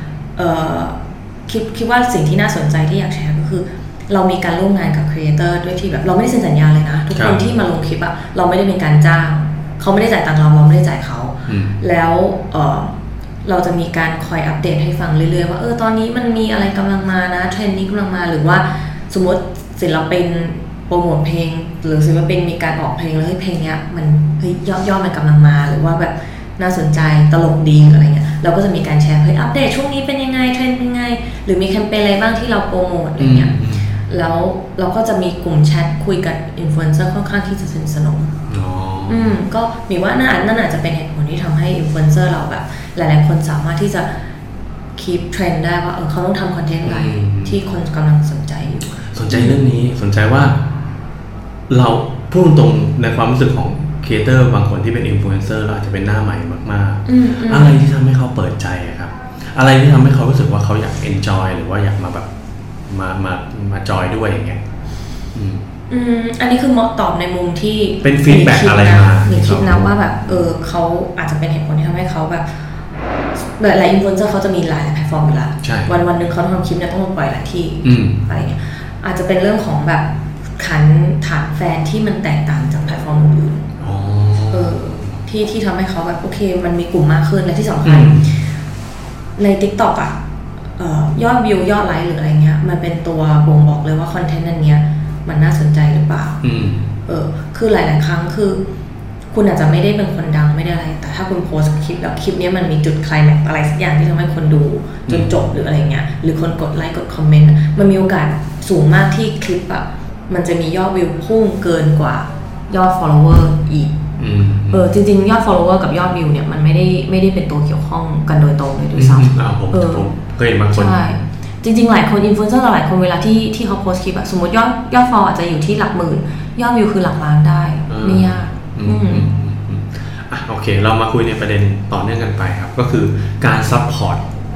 คิดว่าสิ่งที่น่าสนใจที่อยากแชร์ก็คือเรามีการร่วมงานกับครีเอเตอร์ด้วยที่แบบเราไม่ได้เซ็นสัญญาเลยนะทุกคนที่มาลงคลิปอะเราไม่ได้เป็นการจ้างเขาไม่ได้จ่ายตังค์เราไม่ได้จ่ายเขาแล้วเราจะมีการคอยอัปเดตให้ฟังเรื่อยๆว่าตอนนี้มันมีอะไรกำลังมานะเทรนด์นี้กำลังมาหรือว่าสมมติศิลปินโปรโมทเพลงหรือศิลปินมีการออกเพลงแล้วเพลงเนี้ยมันยอดมันกำลังมาหรือว่าแบบน่าสนใจตลกดีอะไรเงี้ยเราก็จะมีการแชร์อัปเดตช่วงนี้เป็นยังไงเทรนด์เป็นยังไงหรือมีแคมเปญอะไรบ้างที่เราโปรโมทอะไรเงี้ยแล้วเราก็จะมีกลุ่มแชทคุยกับอินฟลูเอนเซอร์ค่อนข้างที่จะสนิทสนมก็มีว่านั่นอาจจะเป็นเหตุผลที่ทำให้อินฟลูเอนเซอร์เราแบบหลายๆคนสามารถที่จะคีปเทรนด์ได้ว่าเขาต้องทำคอนเทนต์อะไรที่คนกำลังสนใจอยู่สนใจเรื่องนี้สนใจว่าเราพูดตรงในความรู้สึกของครีเอเตอร์บางคนที่เป็นอินฟลูเอนเซอร์เราอาจจะเป็นหน้าใหม่มากๆอะไรที่ทำให้เขาเปิดใจครับอะไรที่ทำให้เขารู้สึกว่าเขาอยากเอนจอยหรือว่าอยากมาแบบมาจอยด้วยอย่างเงี้ยอันนี้คือมอตอบในมุมที่เป็นฟีดแบ็กอะไรมามีคิดนะว่าแบบเขาอาจจะเป็นเหตุผลที่ทำให้เขาแบบหลายอินฟลูเอนเซอร์เขาจะมีหลายแพลตฟอร์มอยู่แล้ววันหนึ่งเขาต้องทำคลิปเนี่ยต้องปล่อยหลายที่อะไรเงี้ยอาจจะเป็นเรื่องของแบบฐานแฟนที่มันแตกต่างจากแพลตฟอร์มอื่นที่ทำให้เขาแบบโอเคมันมีกลุ่มมากขึ้นและที่สำคัญใน TikTok อ่ะยอดวิวยอดไลค์หรืออะไรเงี้ยมันเป็นตัวบ่งบอกเลยว่าคอนเทนต์อันเนี้ยมันน่าสนใจหรือเปล่าคือหลายๆครั้งคือคุณอาจจะไม่ได้เป็นคนดังไม่ได้อะไรแต่ถ้าคุณโพสต์คลิปแล้วคลิปนี้มันมีจุดไคลแม็กซ์อะไรสักอย่างที่ทำให้คนดูจนจบหรืออะไรเงี้ยหรือคนกดไลค์กดคอมเมนต์มันมีโอกาสสูงมากที่คลิปอ่ะมันจะมียอดวิวพุ่งเกินกว่ายอด follower อีกจริงๆยอด follower กับยอดวิวเนี่ยมันไม่ได้เป็นตัวเกี่ยวข้องกันโดยตรงเลยด้วยซ้ำผมเคยเห็นบางคนใช่จริงๆหลายคนอินฟลูเอนเซอร์หลายคนเวลาที่เขาโพสต์คลิปอะสมมติยอด follow อาจจะอยู่ที่หลักหมื่นยอดวิวคือหลักล้านได้ไม่ยากโอเคเรามาคุยในประเด็นต่อเนื่องกันไปครับก็คือการซัพพอร์ต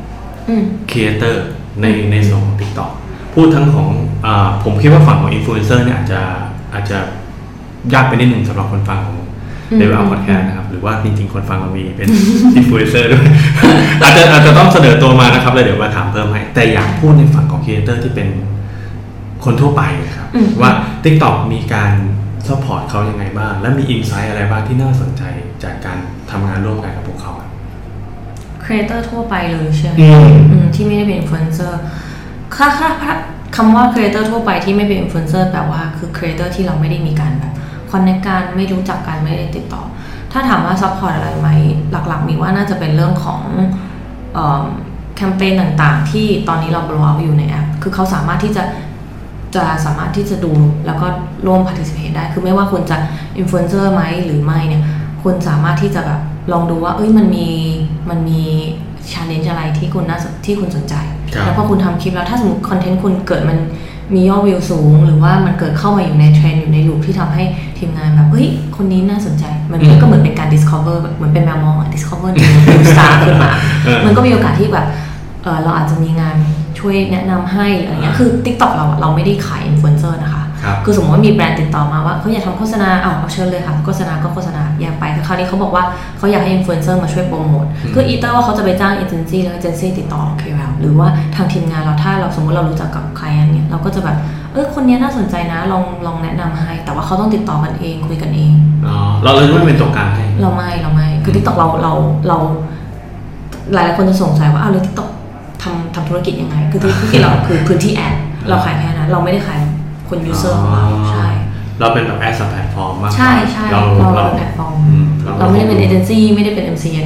ครีเอเตอร์ในส่วนของ TikTok พูดทั้งของผมคิดว่าฝั่งของอินฟลูเอนเซอร์เนี่ยอาจจะยากไปนิดนึงสำหรับคนฟังของLevel Up Podcast นะครับหรือว่าจริงๆคนฟังเรามีเป็น อินฟลูเอนเซอร์ด้วย อาจจะต้องเสนอตัวมานะครับแล้วเดี๋ยวมาถามเพิ่มให้แต่อยากพูดในฝั่งของครีเอเตอร์ที่เป็นคนทั่วไปครับว่า TikTok มีการซัพพอร์ตเขายังไงบ้างและมีอินไซต์อะไรบ้างที่น่าสนใจจากการทำงานร่วมกันกับพวกเขาครีเอเตอร์ทั่วไปเลยใช่ไหมที่ไม่ได้เป็นอินฟลูเอนเซอร์คำว่าครีเอเตอร์ทั่วไปที่ไม่เป็นอินฟลูเอนเซอร์แปลว่าคือครีเอเตอร์ที่เราไม่ได้มีการแบบคอนเนคกันไม่รู้จักกันไม่ได้ติดต่อถ้าถามว่าซัพพอร์ตอะไรไหมหลักๆมีว่าน่าจะเป็นเรื่องของแคมเปญต่างๆที่ตอนนี้เราโบว์เอาอยู่ในแอปคือเขาสามารถที่จะสามารถที่จะดูแล้วก็ร่วม participate ได้คือไม่ว่าคุณจะอินฟลูเอนเซอร์ไหมหรือไม่เนี่ยคุณสามารถที่จะแบบลองดูว่ามันมี challenge อะไรที่คุณสนใจแล้วพอคุณทำคลิปแล้วถ้าสมมติคอนเทนต์คุณเกิดมันมียอดวิวสูงหรือว่ามันเกิดเข้ามาอยู่ในเทรนด์อยู่ในลูปที่ทำให้ทีมงานแบบคนนี้น่าสนใจมันก็เหมือนเป็นการ discover แบบเหมือนเป็นแมวมองdiscover new star ขึ้นมามันก็มีโอกาสที่แบบเราอาจจะมีงานช่วยแนะนำให้อะไรเงี้ยคือ TikTok เราไม่ได้ขายอินฟลูเอนเซอร์นะคะคือสมมติว่ามีแบรนด์ติดต่อมาว่าเขาอยากทำโฆษณาเอาเชิญเลยค่ะโฆษณาก็โฆษณาอยากไปแต่คราวนี้เขาบอกว่าเขาอยากให้อินฟลูเอนเซอร์มาช่วยโปรโมทคืออีเตอร์ว่าเขาจะไปจ้างเอเจนซี่แล้วเอเจนซี่ติดต่อ KOL หรือว่าทางทีมงานเราถ้าเราสมมติเรารู้จักกับใครอย่างเงี้ยเราก็จะแบบคนนี้น่าสนใจนะลองแนะนำให้แต่ว่าเขาต้องติดต่อกันเองคุยกันเองเราเลยไม่เป็นตัวกลางให้เราไม่คือ TikTok เราหลายคนจะสงสัยว่าแล้ว TikTok ทำธุรกิจยังไงคือธุรกิจเราคือพื้นที่แอดเราขายแค่นั้นเราไม่ได้ขายคนยูเซอร์ของเราใช่เราเป็นแบบแอดแพลตฟอร์มมากใช่เราเป็นแพลตฟอร์มเราไม่ได้เป็นเอเจนซี่ไม่ได้เป็น MCN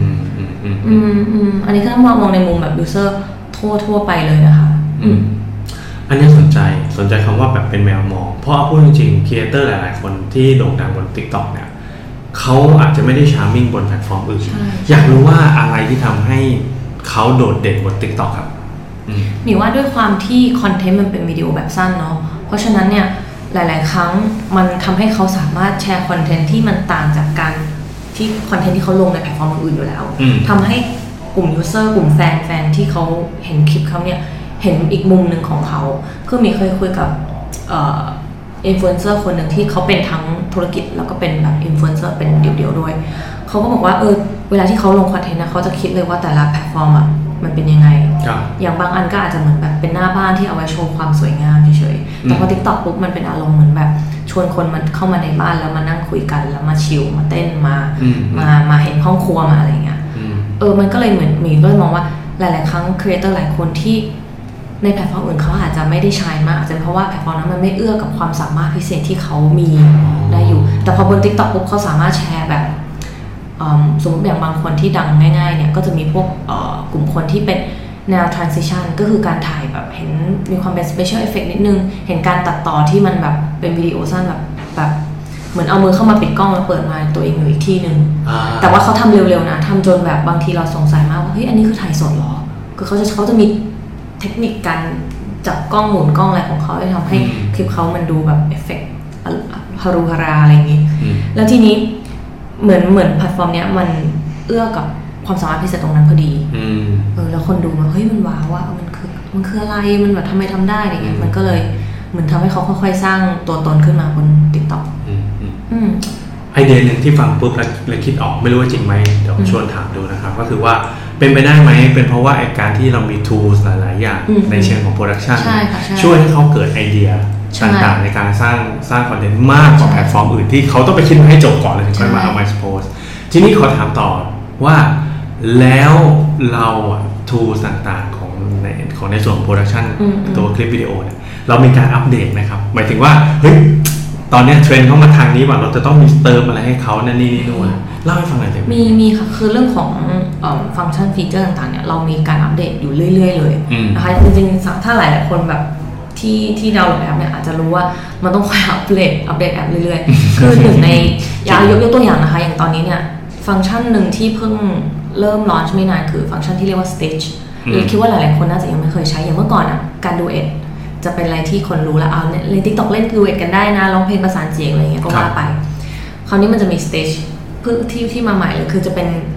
อันนี้ก็ต้องมองในมุมแบบยูเซอร์ทั่วไปเลยนะคะอันนี้สนใจคำว่าแบบเป็นแมวมองเพราะพูดจริงๆครีเอเตอร์หลายๆคนที่โด่งดังบน TikTok เนี่ยเขาอาจจะไม่ได้ชาร์มมิ่งบนแพลตฟอร์มอื่นอยากรู้ว่าอะไรที่ทำให้เขาโดดเด่นบน TikTok ครับมีว่าด้วยความที่คอนเทนต์มันเป็นวิดีโอแบบสั้นเนาะเพราะฉะนั้นเนี่ยหลายๆครั้งมันทำให้เขาสามารถแชร์คอนเทนต์ที่มันต่างจากการที่คอนเทนต์ที่เขาลงในแพลตฟอร์มอื่นอยู่แล้วทำให้กลุ่มยูเซอร์กลุ่มแฟนที่เขาเห็นคลิปเขาเนี่ยเห็นอีกมุมหนึ่งของเขาคือมีเคยคุยกับอินฟลูเอนเซอร์คนหนึ่งที่เขาเป็นทั้งธุรกิจแล้วก็เป็นแบบอินฟลูเอนเซอร์เป็นเดี่ยวๆด้วยเขาก็บอกว่าเวลาที่เขาลงคอนเทนต์นะเขาจะคิดเลยว่าแต่ละแพลตฟอร์มมันเป็นยังไงอย่างบางอันก็อาจจะเหมือนแบบเป็นหน้าบ้านที่เอาไว้โชว์ความสวยงามเฉยๆแต่พอ TikTok ปุ๊บมันเป็นอารมณ์เหมือนแบบชวนคนมันเข้ามาในบ้านแล้วมานั่งคุยกันแล้วมาชิลมาเต้นมาเห็นห้องครัวมาอะไรเงี้ยมันก็เลยเหมือนมีก็เลยมองว่าหลายๆครั้งครีเอเตอร์หลายคนที่ในแพลตฟอร์มอื่นเขาอาจจะไม่ได้ใช้มากอาจจะเพราะว่าแพลตฟอร์มนั้นมันไม่เอื้อกับความสามารถพิเศษที่เขามีได้อยู่แต่พอบน TikTok ปุ๊บเขาสามารถแชร์แบบสมมติอย่างบางคนที่ดังง่ายๆเนี่ยก็จะมีพวกกลุ่มคนที่เป็นแนว transition ก็คือการถ่ายแบบเห็นมีความเป็น special effect นิดนึงเห็นการตัดต่อที่มันแบบเป็นวิดีโอสั้นแบบเหมือนเอามือเข้ามาปิดกล้องแล้วเปิดมาตัวเองอยู่อีกที่นึงแต่ว่าเขาทำเร็วๆนะทำจนแบบบางทีเราสงสัยมากว่าอันนี้คือถ่ายสดหรอคือเขาจะมีเทคนิคการจับกล้องหมุนกล้องอะไรของเขาที่ทำให้คลิปเขามันดูแบบเอฟเฟกต์ฮารุฮาราอะไรอย่างงี้แล้วทีนี้เหมือนแพลตฟอร์มเนี้ยมันเอื้อกับความสามารถพิเศษตรงนั้นพอดีแล้วคนดูมันมันว้าวว่ามันคืออะไรมันแบบทำไมทำได้อะไรเงี้ยมันก็เลยเหมือนทำให้เขาค่อยๆสร้างตัวตนขึ้นมาบน TikTok ไอเดียหนึ่งที่ฟังปุ๊บแล้วคิดออกไม่รู้ว่าจริงไหมเดี๋ยวชวนถามดูนะครับก็คือว่าเป็นไปได้ไหมเป็นเพราะว่าการที่เรามี tools หลายๆอย่างในเชิงของ production ช่วยให้เขาเกิดไอเดียต่างๆในการสร้างคอนเทนต์มากกว่าแพลตฟอร์มอื่นที่เขาต้องไปคิดมาให้จบก่อนเลยถึงค่อยมาเอามาโพสทีนี้ขอถามต่อว่าแล้วเราtools ต่างๆของในส่วนของ production ตัวคลิปวิดีโอเนี่ยเรามีการอัปเดตไหมครับหมายถึงว่าตอนนี้เทรนด์เข้ามาทางนี้ว่าเราจะต้องมีเติมอะไรให้เขานั่นนี่นู่นเล่าให้ฟังหน่อยได้ไหมมีค่ะคือเรื่องของฟังก์ชันฟีเจอร์ต่างๆเนี่ยเรามีการอัปเดตอยู่เรื่อยๆเลยนะคะจริงๆถ้าหลายๆคนแบบที่ดาวน์โหลดแอปเนี่ยอาจจะรู้ว่ามันต้องคอยอัปเดตแอปเรื่อยๆคือหนึ่งในยกตัวอย่างนะคะอย่างตอนนี้เนี่ยฟังก์ชันหนึ่งที่เพิ่งเริ่มลอนช์ไม่นานคือฟังก์ชันที่เรียกว่า Stitch คิดว่าหลายๆคนน่าจะยังไม่เคยใช้อย่างเมื่อก่อนการดูเอ็ดจะเป็นอะไรที่คนรู้แล้วใน TikTok เล่นดูเอ็ดกันได้นะร้องเพลงประสานเสียงอะไรเงี้ยก็ว่าไปคราวนี้มันจะมี Stitch ที่มาใหม่เลยคือจะเป็น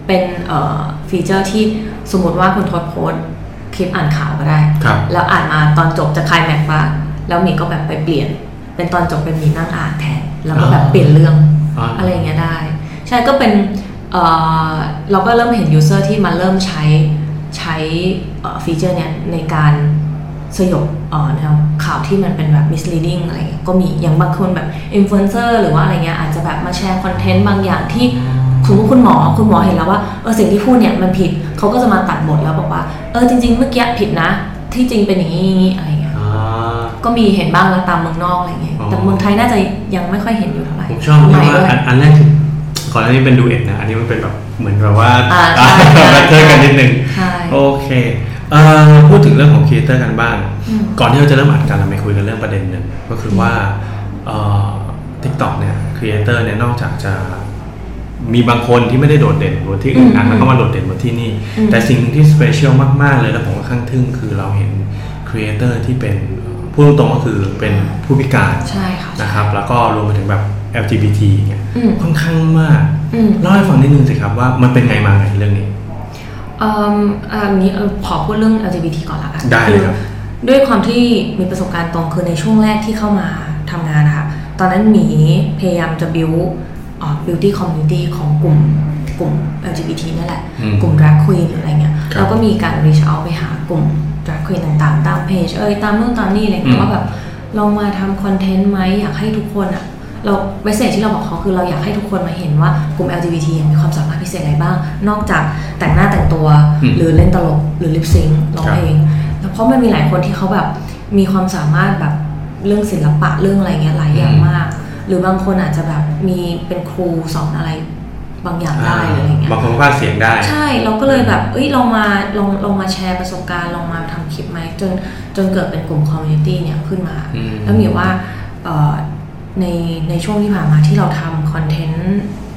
เป็นฟีเจอร์ที่สมมติว่าคุณทดโพสคลิปอ่านข่าวก็ได้แล้วอ่านมาตอนจบจะคลายแม็กซ์บ้างแล้วมีก็แบบไปเปลี่ยนเป็นตอนจบเป็นมีนั่งอ่านแทนแล้วก็แบบเปลี่ยนเรื่องอะไรอย่างเงี้ยได้ใช่ก็เป็นเราก็เริ่มเห็นยูเซอร์ที่มาเริ่มใช้ฟีเจอร์เนี้ยในการสยบนะครับข่าวที่มันเป็นแบบ misleading อะไรเงี้ยก็มีอย่างบางคนแบบ influencer หรือว่าอะไรเงี้ยอาจจะแบบมาแชร์คอนเทนต์บางอย่างที่คุณหมอเห็นแล้วว่าสิ่งที่พูดเนี่ยมันผิดเขาก็จะมาตัดบทแล้วบอกว่าจริงๆเมื่อกี้ผิดนะที่จริงเป็นอย่างนี้อะไรเงี้ยก็มีเห็นบ้างแล้วตามเมืองนอกอะไรเงี้ยแต่เมืองไทยน่าจะยังไม่ค่อยเห็นอยู่เท่าไหร่ผมชอบที่ว่าอันแรกคือก่อนหน้านี้เป็นดูเอ็ดนะอันนี้มันเป็นแบบเหมือนแบบว่าแบทเทิลกันนิดนึงโอเคพูดถึงเรื่องของครีเอเตอร์กันบ้างก่อนที่เราจะเริ่มอัดกันเราไปคุยกันเรื่องประเด็นหนึ่งก็คือว่าTikTok เนี่ยครีเอเตอร์เนี่ยนอกจากจะมีบางคนที่ไม่ได้โดดเด่นบนที่อื่นแล้วก็มาโดดเด่นบนที่นี่แต่สิ่งที่สเปเชียลมากๆเลยแล้วผมก็ค่อนข้างทึ่งคือเราเห็นครีเอเตอร์ที่เป็นพูดตรงๆก็คือเป็นผู้พิการนะครับแล้วก็รวมไปถึงแบบ LGBT เนี่ยค่อนข้างมากเล่าให้ฟังนิดนึงสิครับว่ามันเป็นไงมาไงเรื่องนี้นี้ขอพูดเรื่อง LGBT ก่อนละกันได้เลยครับด้วยความที่มีประสบการณ์ตรงคือในช่วงแรกที่เข้ามาทำงานนะคะตอนนั้นหมีพยายามจะbeauty community ของกลุ่ม LGBT นั่นแหละกลุ่ม drag queen หรืออะไรเงี้ยเราก็มีการ reach out ไปหากลุ่ม drag queen ต่างๆตามเพจตามนู่นตามนี่อะไรเงี้ยว่าแบบลองมาทำคอนเทนต์ไหมอยากให้ทุกคนเราเมสเสจที่เราบอกเขาคือเราอยากให้ทุกคนมาเห็นว่ากลุ่ม LGBT มีความสามารถพิเศษอะไรบ้างนอกจากแต่งหน้าแต่งตัวหรือเล่นตลกหรือลิปซิงค์ร้องเพลงแล้วเพราะมันมีหลายคนที่เขาแบบมีความสามารถแบบเรื่องศิลปะเรื่องอะไรเงี้ยหลายอย่างมากหรือบางคนอาจจะแบบมีเป็นครูสอนอะไรบางอย่างได้อะไรเงี้ยบางคนพากย์เสียงได้ใช่เราก็เลยแบบลองมาแชร์ประสบการณ์ลองมาทำคลิปไหมจนเกิดเป็นกลุ่มคอมมูนิตี้เนี่ยขึ้นมาแล้วมีว่าในช่วงที่ผ่านมาที่เราทำคอนเทนต์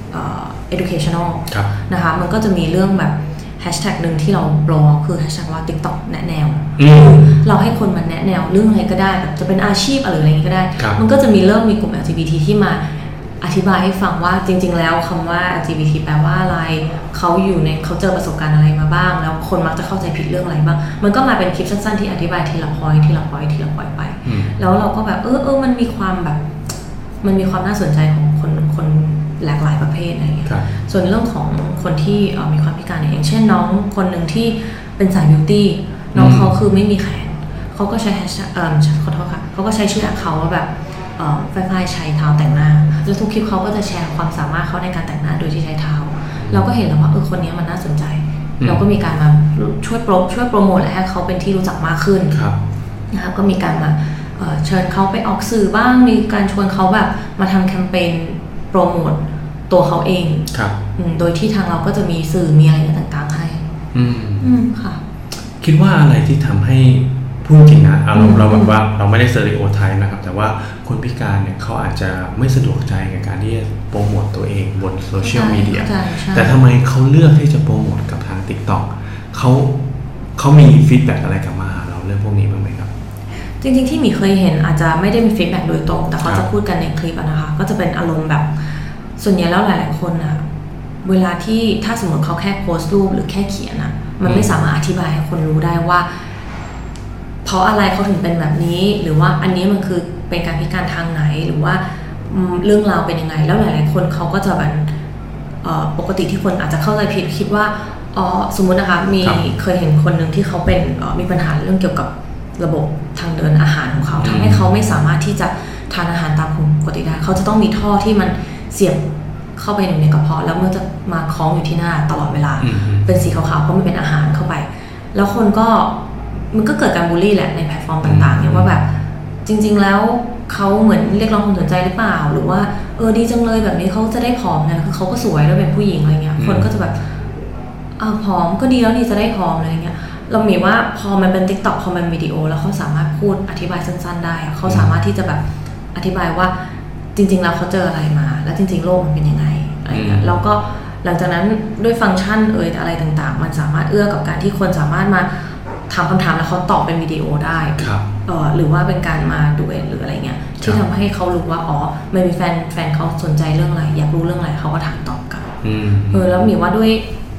educational นะคะมันก็จะมีเรื่องแบบแฮชแท็กหนึ่งที่เราบล็อกคือแฮชแท็กว่า TikTok แนะแนวเราให้คนมาแนะแนวเรื่องอะไรก็ได้แบบจะเป็นอาชีพอะไรอย่างนี้ก็ได้มันก็จะมีกลุ่ม LGBT ที่มาอธิบายให้ฟังว่าจริงๆแล้วคำว่า LGBT แปลว่าอะไรเขาเจอประสบการณ์อะไรมาบ้างแล้วคนมักจะเข้าใจผิดเรื่องอะไรบ้างมันก็มาเป็นคลิปสั้นๆที่อธิบายทีละพอยต์ไปแล้วเราก็แบบมันมีความน่าสนใจของคนหลากหลายประเภทอะไรอย่างเงี้ยส่วนเรื่องของคนที่มีความพิการเนี่ยอย่างเช่นน้องคนหนึ่งที่เป็นสายบิวตี้น้องเขาคือไม่มีแขนเขาก็ใช้แฮชแท็กขอโทษค่ะเขาก็ใช้ชื่อเขาว่าแบบฝ้ายใช้เท้าแต่งหน้าแล้วทุกคลิปเขาก็จะแชร์ความสามารถเขาในการแต่งหน้าโดยที่ใช้เท้าเราก็เห็นแล้วว่าคนนี้มันน่าสนใจเราก็มีการมาช่วยโปรโมทและให้เขาเป็นที่รู้จักมากขึ้นนะครับก็มีการมาเชิญเขาไปออกสื่อบ้างมีการชวนเขาแบบมาทำแคมเปญโปรโมทตัวเขาเองโดยที่ทางเราก็จะมีสื่อมีอะไรต่างๆให้ค่ะคิดว่าอะไรที่ทำให้พูดจริงนะเราแบบว่าเราไม่ได้สเตอริโอไทป์นะครับแต่ว่าคนพิการเนี่ยเขาอาจจะไม่สะดวกใจกับการที่จะโปรโมทตัวเองบนโซเชียลมีเดียแต่ทำไมเขาเลือกที่จะโปรโมทกับทาง TikTok เขามีฟีดแบ็กอะไรกลับมาเราเรื่องพวกนี้บ้างไหมครับจริงๆที่มีเคยเห็นอาจจะไม่ได้มีฟีดแบ็กโดยตรงแต่เขาจะพูดกันในคลิปนะคะก็จะเป็นอารมณ์แบบส่วนใหญ่แล้วหลายๆคนอะเวลาที่ถ้าสมมติเขาแค่โพสต์รูปหรือแค่เขียนอะมันไม่สามารถอธิบายให้คนรู้ได้ว่าเพราะอะไรเขาถึงเป็นแบบนี้หรือว่าอันนี้มันคือเป็นการพิการทางไหนหรือว่าเรื่องราวเป็นยังไงแล้วหลายๆคนเขาก็จะแบบปกติที่คนอาจจะเข้าใจผิดคิดว่าสมมุตินะคะเคยเห็นคนหนึ่งที่เขาเป็นมีปัญหาเรื่องเกี่ยวกับระบบทางเดินอาหารของเขาทำให้เขาไม่สามารถที่จะทานอาหารตามปกติได้เขาจะต้องมีท่อที่มันเสียบเข้าไปในกระเพาะแล้วมันจะมาคล้องอยู่ที่หน้าตลอดเวลาเป็นสีขาวๆเพราะมันเป็นอาหารเข้าไปแล้วคนก็มันก็เกิดการบูลลี่แหละในแพลตฟอร์มต่างๆเนี่ยว่าแบบจริงๆแล้วเขาเหมือนเรียกร้องความสนใจหรือเปล่าหรือว่าดีจังเลยแบบนี้เขาจะได้ผอมนะคือเขาก็สวยแล้วเป็นผู้หญิงอะไรเงี้ยคนก็จะแบบผอมก็ดีแล้วนี่จะได้ผอมอะไรเงี้ยเราหมายว่าพอมันเป็น TikTok พอมันวิดีโอแล้วเขาสามารถพูดอธิบายสั้นๆได้เขาสามารถที่จะแบบอธิบายว่าจริงๆแล้วเขาเจออะไรมาแล้วจริงๆโลกมันเป็นยังไงอะไรเงี้ยแล้วก็หลังจากนั้นด้วยฟังก์ชันอะไรต่างๆมันสามารถเอื้อกับการที่คนสามารถมาถามคำถามแล้วเขาตอบเป็นวิดีโอได้หรือว่าเป็นการมาดูเองหรืออะไรเงี้ยที่ทำให้เขารู้ว่ามันมีแฟนเขาสนใจเรื่องอะไรอยากรู้เรื่องอะไรเขาก็ถามตอบกันแล้วมีว่าด้วย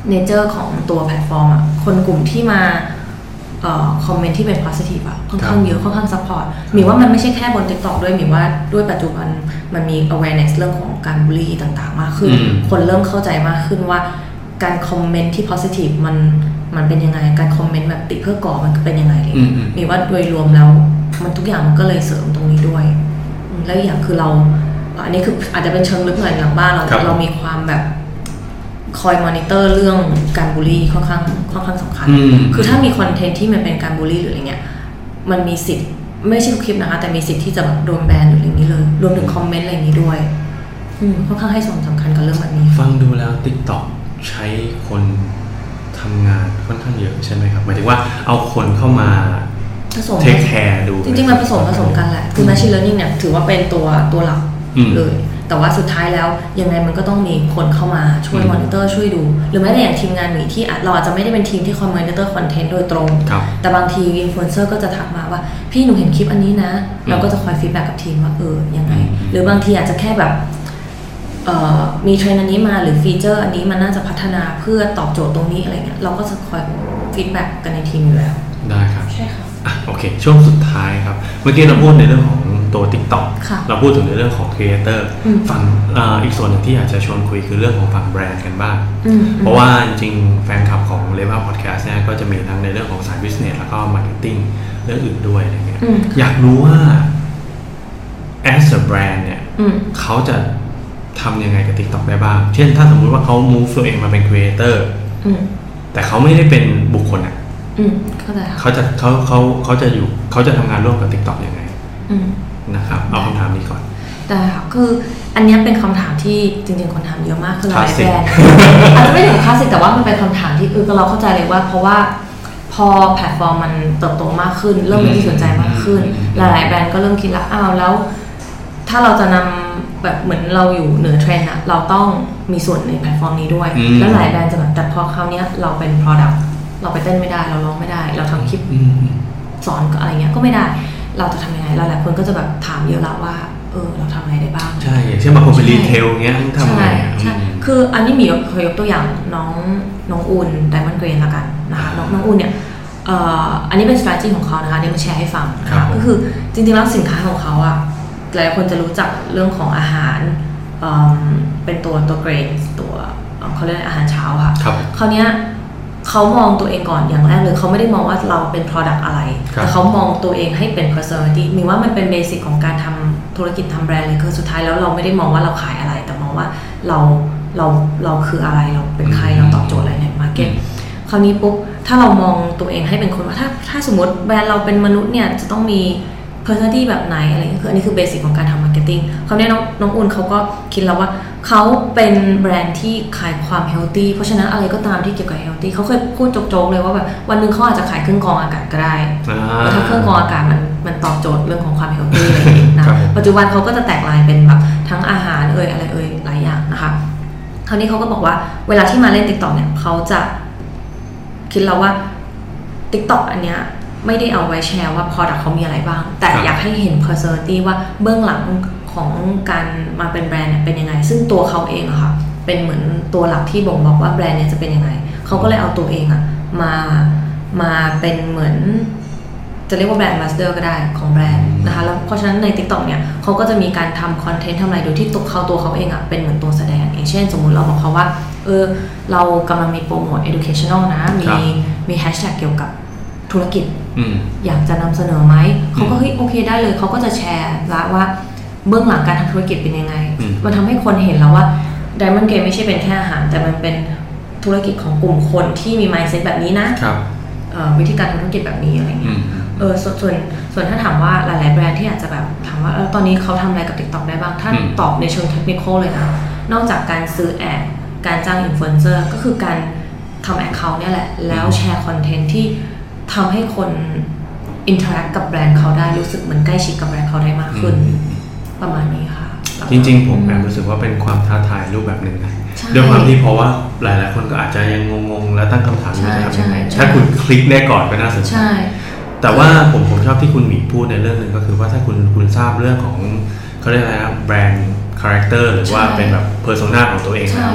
nature ของตัวแพลตฟอร์มอ่ะคนกลุ่มที่มาคอมเมนต์ที่เป็น positive อ่ะค่อนข้างเยอะค่อนข้าง support หมายว่ามันไม่ใช่แค่บน TikTok ด้วยหมายว่าด้วยปัจจุบันมันมี awareness เรื่องของการบูลลี่ต่างๆมากขึ้นคนเริ่มเข้าใจมากขึ้นว่าการคอมเมนต์ที่ positive มันเป็นยังไงการคอมเมนต์แบบติเพื่อก่อมันเป็นยังไงเลยหมายว่าโดยรวมแล้วมันทุกอย่างมันก็เลยเสริมตรงนี้ด้วยแล้วอย่างคือเราอันนี้คืออาจจะเป็นเชิงลึกหน่อยหลังบ้านเรามีความแบบคอยมอนิเตอร์เรื่องการบูลลี่ค่อนข้างสำคัญคือถ้ามีคอนเทนต์ที่มันเป็นการบูลลี่หรืออะไรเงี้ยมันมีสิทธิ์ไม่ใช่ทุกคลิปนะคะแต่มีสิทธิ์ที่จะแบบโดนแบนหรืออะไรนี้เลยรวมถึงคอมเมนต์อะไรนี้ด้วยค่อนข้างให้ความสำคัญกับเรื่องแบบนี้ฟังดูแล้ว TikTok ใช้คนทำงานค่อนข้างเยอะใช่ไหมครับหมายถึงว่าเอาคนเข้ามาเทคแคร์ดูจริงๆมันผสมกันแหละคือ machine learning เนี่ยถือว่าเป็นตัวหลักเลยแต่ว่าสุดท้ายแล้วยังไงมันก็ต้องมีคนเข้ามาช่วยมอนิเตอร์ช่วยดูหรือแม้แต่อย่างทีมงานหมีที่เราอาจจะไม่ได้เป็นทีมที่คอยมอนิเตอร์คอนเทนต์โดยตรงแต่บางทีอินฟลูเอนเซอร์ก็จะทักมาว่าพี่หนูเห็นคลิปอันนี้นะเราก็จะคอยฟีดแบ็กกับทีมว่ายังไงหรือบางทีอาจจะแค่แบบมีเทรนด์อันนี้มาหรือฟีเจอร์อันนี้มันน่าจะพัฒนาเพื่อตอบโจทย์ตรงนี้อะไรเงี้ยเราก็จะคอยฟีดแบ็กกันในทีมอยู่แล้วได้ครับใช่ค่ะโอเคช่วงสุดท้ายครับเมื่อกี้เราพูดในเรื่องของตัว TikTok เราพูดถึงในเรื่องของ Creator ฝั่งอีกส่วนหนึ่งที่อยากจะชวนคุยคือเรื่องของฝั่งแบรนด์กันบ้างเพราะว่าจริงๆแฟนคลับของ Level Podcast เนี่ยก็จะมีทั้งในเรื่องของสาย Business แล้วก็ Marketing เรื่องอื่นด้วยอะไรเงี้ยอยากรู้ว่า as a brand เนี่ยเขาจะทำยังไงกับ TikTok ได้บ้างเช่นถ้าสมมุติว่าเขา move ตัวเองมาเป็น Creator แต่เขาไม่ได้เป็นบุคคลอ่ะเขาจะทำงานร่วมกับ TikTok ยังไงนะครับเอาคำถามนี้ก่อนได้ค่ะคืออันนี้เป็นคำถามที่จริงๆคนถามเยอะมากคือหลายแบรนด์อาจจะไม่ถึงคลาสสิกแต่ว่ามันเป็นคำถามที่เราเข้าใจเลยว่าเพราะว่าพอแพลตฟอร์มมันเติบโตมากขึ้นเริ่มเป็นที่สนใจมากขึ้นหลายๆแบรนด์ก็เริ่มคิดแล้วแล้วถ้าเราจะนำแบบเหมือนเราอยู่เหนือเทรนด์อะเราต้องมีส่วนในแพลตฟอร์มนี้ด้วยแล้วหลายแบรนด์จะแบบแต่พอคราวนี้เราเป็น product เราไปเต้นไม่ได้เราร้องไม่ได้เราทำคลิปสอนอะไรเงี้ยก็ไม่ได้เราจะทำยังไงหลายคนก็จะแบบถามเยอะแล้วว่าเราทำอะไรได้บ้างใช่อย่างเช่นบางคนเป็นรีเทลเงี้ยทำยังไงใช่คืออันนี้มีเคยยกตัวอย่างน้องอุ่น Diamond Grain ละกันนะคะน้องอุ่นเนี่ยอันนี้เป็น strategy ของเขานะคะนี่มาแชร์ให้ฟังนะคะก็คือจริงๆแล้วสินค้าของเขาอะหลายคนจะรู้จักเรื่องของอาหารเป็นตัวเกรนตัวเขาเรียกอาหารเช้าค่ะคราวนี้เขามองตัวเองก่อนอย่างแรกเลยเขาไม่ได้มองว่าเราเป็น product อะไรแต่เขามองตัวเองให้เป็น personality มีว่ามันเป็นเบสิกของการทำธุรกิจทำแบรนด์เลยคือสุดท้ายแล้วเราไม่ได้มองว่าเราขายอะไรแต่มองว่าเราคืออะไรเราเป็นใครเราตอบโจทย์อะไรใน market คราวนี้ปุ๊บถ้าเรามองตัวเองให้เป็นคนว่าถ้าสมมติแบรนด์เราเป็นมนุษย์เนี่ยจะต้องมี personality แบบไหนอะไรคืออันนี้คือเบสิกของการทำ marketing คราวนี้น้องอุ่นเขาก็คิดแล้วว่าเขาเป็นแบรนด์ที่ขายความ healthy เพราะฉะนั้นอะไรก็ตามที่เกี่ยวกับ healthy เขาเคยพูดโจ๊กๆเลยว่าแบบวันนึงเขาอาจจะขายเครื่องกรองอากาศก็ได้แต่ถ้าเครื่องกรองอากาศมันตอบโจทย์เรื่องของความ healthy อะไรอย่างนี้นะปัจจุบันเขาก็จะแตกลายเป็นแบบทั้งอาหารอะไรหลายอย่างนะคะคราวนี้เขาก็บอกว่าเวลาที่มาเล่น TikTok เนี่ยเขาจะคิดแล้วว่า TikTok อันเนี้ยไม่ได้เอาไว้แชร์ว่า product เขามีอะไรบ้างแต่อยากให้เห็น personality ว่าเบื้องหลังของการมาเป็นแบรนด์เนี่ยเป็นยังไงซึ่งตัวเขาเองอะค่ะเป็นเหมือนตัวหลักที่บ่งบอกว่าแบรนด์เนี่ยจะเป็นยังไงเขาก็เลยเอาตัวเองอะมาเป็นเหมือนจะเรียกว่าแบรนด์ ambassador ก็ได้ของแบรนด์นะคะแล้วเพราะฉะนั้นใน TikTok เนี่ยเขาก็จะมีการทำคอนเทนต์ทำอะไรโดยที่ตัวเขาเองอะเป็นเหมือนตัวแสดงอย่างเช่นสมมุติเราบอกเขาว่าเรากำลังมีโปรโมท educational นะมีแฮชแท็กเกี่ยวกับธุรกิจอยากจะนำเสนอไหมเขาก็เฮ้ยโอเคได้เลยเขาก็จะแชร์ละว่าเบื้องหลังการทำธุรกิจเป็นยังไงมันทำให้คนเห็นแล้วว่า Diamond Game ไม่ใช่เป็นแค่อาหารแต่มันเป็นธุรกิจของกลุ่มคนที่มี mindset แบบนี้นะวิธีการทำธุรกิจแบบนี้อะไรเงี้ยส่วนถ้าถามว่าหลายๆแบรนด์ที่อาจจะแบบถามว่าตอนนี้เขาทำอะไรกับ TikTok ได้บ้างถ้าตอบในเชิงเทคนิคเลยนะนอกจากการซื้อแอดการจ้างอินฟลูเอนเซอร์ก็คือการทำแอคเคาท์เนี่ยแหละแล้วแชร์คอนเทนต์ที่ทำให้คนอินเทอร์แอคกับแบรนด์เขาได้รู้สึกเหมือนใกล้ชิดกับแบรนด์เขาได้มากขึ้นประมาณนี้ค่ะจริงๆผมรู้สึกว่าเป็นความท้าทายรูปแบบหนึ่งนะด้วยความที่เพราะว่าหลายๆคนก็อาจจะยังงงๆและตั้งคำถามอยู่จะทำยังไงถ้าคุณคลิกได้ก่อนก็น่าสนใจแต่ว่าผมชอบที่คุณหมีพูดในเรื่องนึงก็คือว่าถ้าคุณทราบเรื่องของเขาเรียกอะไรนะแบรนด์คาแรคเตอร์หรือว่าเป็นแบบเพอร์โซน่าของตัวเองแล้วเนี่ย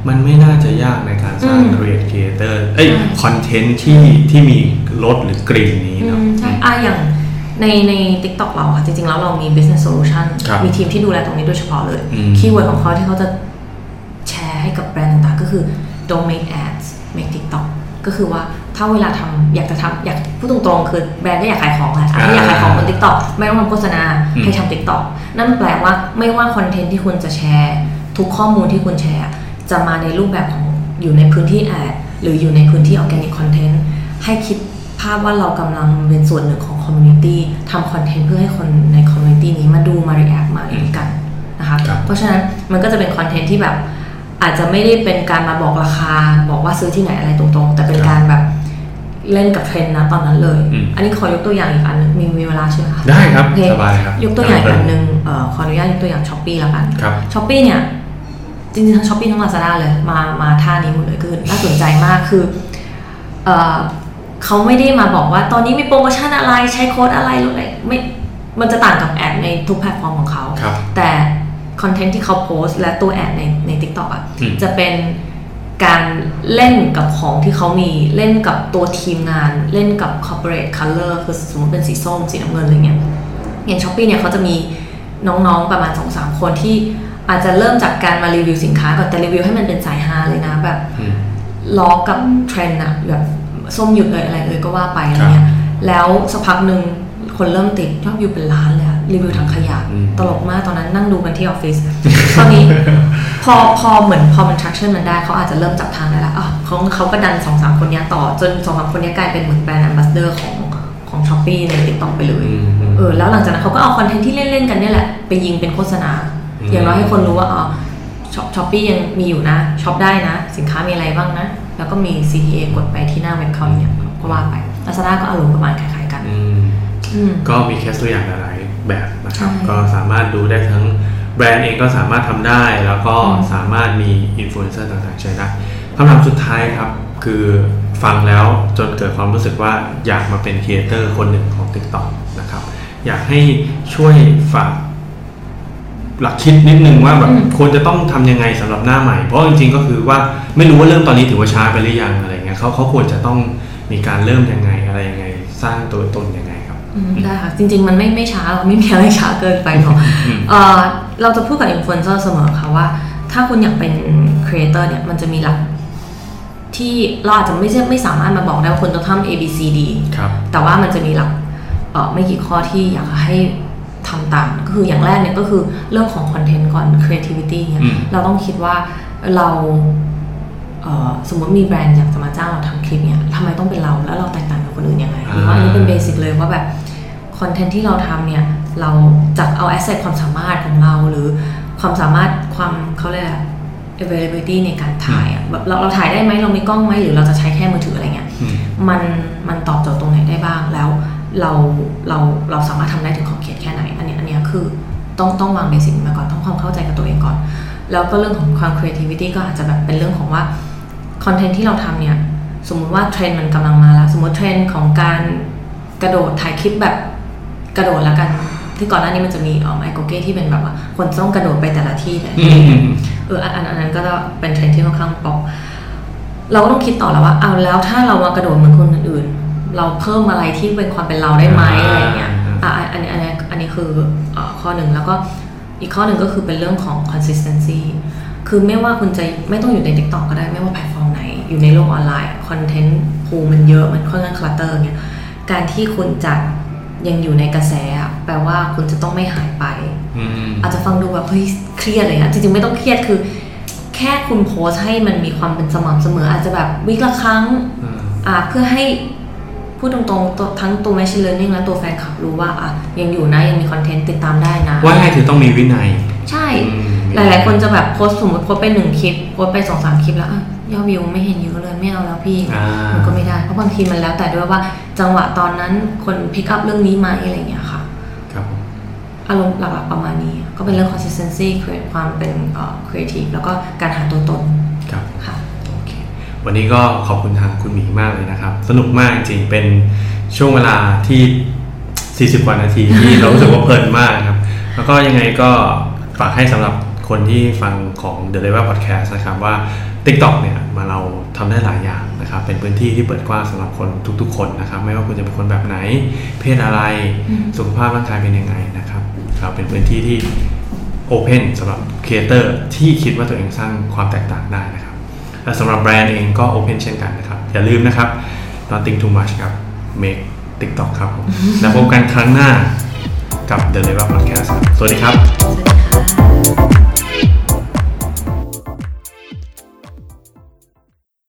มันไม่น่าจะยากในการสร้าง creator คอนเทนต์ที่มีรสหรือกลิ่นนี้เนาะใช่อย่างใน TikTok เราค่ะจริงๆแล้วเรามี business solution มีทีมที่ดูแลตรงนี้โดยเฉพาะเลยคีย์เวิร์ดของเขาที่เขาจะแชร์ให้กับแบรนด์ต่างๆก็คือ don't make ads make TikTok ก็คือว่าถ้าเวลาอยากพูดตรงๆคือแบรนด์ก็อยากขายของแหละถ้าอยากขายของบน TikTok ไม่ต้องทำโฆษณาให้ทำ TikTok นั่นแปลว่าไม่ว่าคอนเทนต์ที่คุณจะแชร์ทุกข้อมูลที่คุณแชร์จะมาในรูปแบบของอยู่ในพื้นที่แอดหรืออยู่ในพื้นที่ organic content ให้คิดภาพว่าเรากำลังเป็นส่วนหนึ่งของ community ทำคอนเทนต์เพื่อให้คนใน community นี้มาดูมา react มาเล่นกันนะคะเพราะฉะนั้นมันก็จะเป็นคอนเทนต์ที่แบบอาจจะไม่ได้เป็นการมาบอกราคาบอกว่าซื้อที่ไหนอะไรตรงๆแต่เป็นการแบบเล่นกับเทรนด์นะตอนนั้นเลยอันนี้ขอยกตัวอย่างอีกอันนึงมีเวลาใช่ไหมคะได้ครับสบายครับยกตัวอย่างอันนึงขออนุญาตยกตัวอย่าง Shopee แล้วกัน Shopee เนี่ยจริงๆทั้ง Shopee ทั้ง Lazada เลยมาท่านี้หมดเลยคือน่าสนใจมากคือเขาไม่ได้มาบอกว่าตอนนี้มีโปรโมชั่นอะไรใช้โค้ดอะไรหรืออะไรไม่มันจะต่างกับแอดในทุกแพลตฟอร์มของเขาแต่คอนเทนต์ที่เขาโพสต์และตัวแอดใน TikTok อ่ะจะเป็นการเล่นกับของที่เขามีเล่นกับตัวทีมงานเล่นกับ corporate color คือสมมติเป็นสีส้มสีน้ำเงินอะไรเงี้ยอย่าง Shopee เนี่ยเขาจะมีน้องๆประมาณ 2-3 คนที่อาจจะเริ่มจากการมารีวิวสินค้าก่อนแต่รีวิวให้มันเป็นสายฮาเลยนะแบบล้อกับเทรนด์อะแบบส้มหยุดอะไรก็ว่าไปอะไรเงี้ยแล้วสักพักหนึ่งคนเริ่มติดยอดวิวเป็นล้านเลยอะรีวิวถังขยะตลกมากตอนนั้นนั่งดูกันที่ออฟฟิศตอนนี้พอเหมือนพอมัน traction มันได้เขาอาจจะเริ่มจับทางได้แล้วเขาก็ดัน 2-3 คนนี้ต่อจน 2-3 คนนี้กลายเป็นเหมือนแบรนด์ ambassador ของ Shopee ใน TikTok ไปเลยแล้วหลังจากนั้นเขาก็เอาคอนเทนต์ที่เล่นๆกันเนี่ยแหละไปยิงเป็นโฆษณาอย่างน้อยให้คนรู้ว่าShopee ยังมีอยู่นะช็อปได้นะสินค้ามีอะไรบ้างนะแล้วก็มี CTA กดไปที่หน้าเว็บเขาเนี่ยก็ว่าไป Lazada ก็อารมณ์ประมาณคล้ายๆกันก็มีเคสตัวอย่างหลายแบบนะครับก็สามารถดูได้ทั้งแบรนด์เองก็สามารถทำได้แล้วก็สามารถมีอินฟลูเอนเซอร์ต่างๆใช้ได้คำถามสุดท้ายครับคือฟังแล้วจนเกิดความรู้สึกว่าอยากมาเป็นครีเอเตอร์คนหนึ่งของ TikTok นะครับอยากให้ช่วยฝากหลักคิดนิดนึงว่าแบบควรจะต้องทำยังไงสำหรับหน้าใหม่เพราะจริงๆก็คือว่าไม่รู้ว่าเริ่มตอนนี้ถือว่าช้าไปหรือยังอะไรเงี้ยเขาควรจะต้องมีการเริ่มยังไงอะไรยังไงสร้างตัวตนยังไงครับได้ค่ะจริงๆมันไม่ช้าเราไม่มีอะไรช้าเกินไปเนาะเราจะพูดกับอินฟลูเอนเซอร์เสมอค่ะว่าถ้าคุณอยากเป็นครีเอเตอร์เนี่ยมันจะมีหลักที่เราอาจจะไม่สามารถมาบอกได้ว่าคุณต้องทำ A B C D แต่ว่ามันจะมีหลักไม่กี่ข้อที่อยากให้ทำตามก็คืออย่างแรกเนี่ยก็คือเรื่องของคอนเทนต์ก่อน creativity เนี่ยเราต้องคิดว่าเราสมมติมีแบรนด์อยากจะมาจ้างเราทำคลิปเนี่ยทำไมต้องเป็นเราแล้วเราแตกต่างกับคนอื่นยังไงหรือว่าอันนี้เป็นเบสิกเลยว่าแบบคอนเทนต์ที่เราทำเนี่ยเราจับเอาแอสเซทความสามารถของเราหรือความสามารถความเขาเรียก availability ในการถ่ายแบบเราถ่ายได้ไหมเรามีกล้องไหมหรือเราจะใช้แค่มือถืออะไรเงี้ยมันตอบโจทย์ตรงไหนได้บ้างแล้วเราสามารถทำได้ถึงขอบเขตแค่ไหนอันนี้คือต้องวางเบสิกมาก่อนต้องความเข้าใจกับตัวเองก่อนแล้วก็เรื่องของความ creativity ก็อาจจะแบบเป็นเรื่องของว่าคอนเทนต์ที่เราทำเนี่ยสมมุติว่าเทรนด์มันกำลังมาแล้วสมมติเทรนด์ของการกระโดดถ่ายคลิปแบบกระโดดแล้วกันที่ก่อนหน้านี้มันจะมีไอโกเก้ที่เป็นแบบว่าคนต้องกระโดดไปแต่ละที่เนี่ยอันนั้นก็จะเป็นเทรนด์ที่ค่อนข้างป๊อปเราก็ต้องคิดต่อแล้วว่าเอาแล้วถ้าเรามากระโดดเหมือนคนอื่นเราเพิ่มอะไรที่เป็นความเป็นเราได้ไหมอะไรเงี้ยอันนี้คือข้อหนึ่งแล้วก็อีกข้อหนึ่งก็คือเป็นเรื่องของ consistency คือไม่ว่าคุณจะไม่ต้องอยู่ใน TikTok ก็ได้ไม่ว่าแพลตฟอร์มไหนอยู่ในโลกออนไลน์คอนเทนต์พูมันเยอะมันค่อนข้างคลัตเตอร์เนี่ยการที่คุณจะยังอยู่ในกระแสแปลว่าคุณจะต้องไม่หายไปอาจจะฟังดูแบบเฮ้ยเครียดอะไรเงี้ยจริงๆไม่ต้องเครียดคือแค่คุณโพสให้มันมีความเป็นสม่ำเสมออาจจะแบบวีคละครั้งเพื่อให้พูดตรงๆทั้งตัว machine learning และตัวแฟนคลับรู้ว่ายังอยู่นะยังมีคอนเทนต์ติดตามได้นะว่าไงถือต้องมีวินัยใช่หลายๆคนจะแบบโพสสมมติโพสไป1คลิปโพสไป 2-3 คลิปแล้วยอดวิวไม่เห็นเยอะเลยไม่เอาแล้วพี่มันก็ไม่ได้เพราะบางทีมันแล้วแต่ด้วยว่าจังหวะตอนนั้นคนพิกอัพเรื่องนี้มาอะไรอย่างเงี้ยค่ะครับอารมณ์หลักๆประมาณนี้ก็เป็นเรื่อง consistency ความเป็น creative แล้วก็การหาตัวตนครับค่ะวันนี้ก็ขอบคุณทางคุณหมีมากเลยนะครับสนุกมากจริงเป็นช่วงเวลาที่40กว่านาทีที่เรารู้สึกว่าเพลินมากครับแล้วก็ยังไงก็ฝากให้สำหรับคนที่ฟังของ The Level Podcast นะครับว่า TikTok เนี่ยมาเราทำได้หลายอย่างนะครับเป็นพื้นที่ที่เปิดกว้างสำหรับคนทุกๆคนนะครับไม่ว่าคุณจะเป็นคนแบบไหนเพศอะไรสุขภาพร่างกายเป็นยังไงนะครับเราเป็นพื้นที่ที่โอเพนสำหรับครีเอเตอร์ที่คิดว่าตัวเองสร้างความแตกต่างได้นะครับและสำหรับแบรนด์เองก็โอเพนเช่นกันนะครับอย่าลืมนะครับ Don't think too much ครับ Make TikTok ครับแล้วพบกันครั้งหน้ากับ The Level Podcast ครับสวัสดีครับสวัสดีค่ะ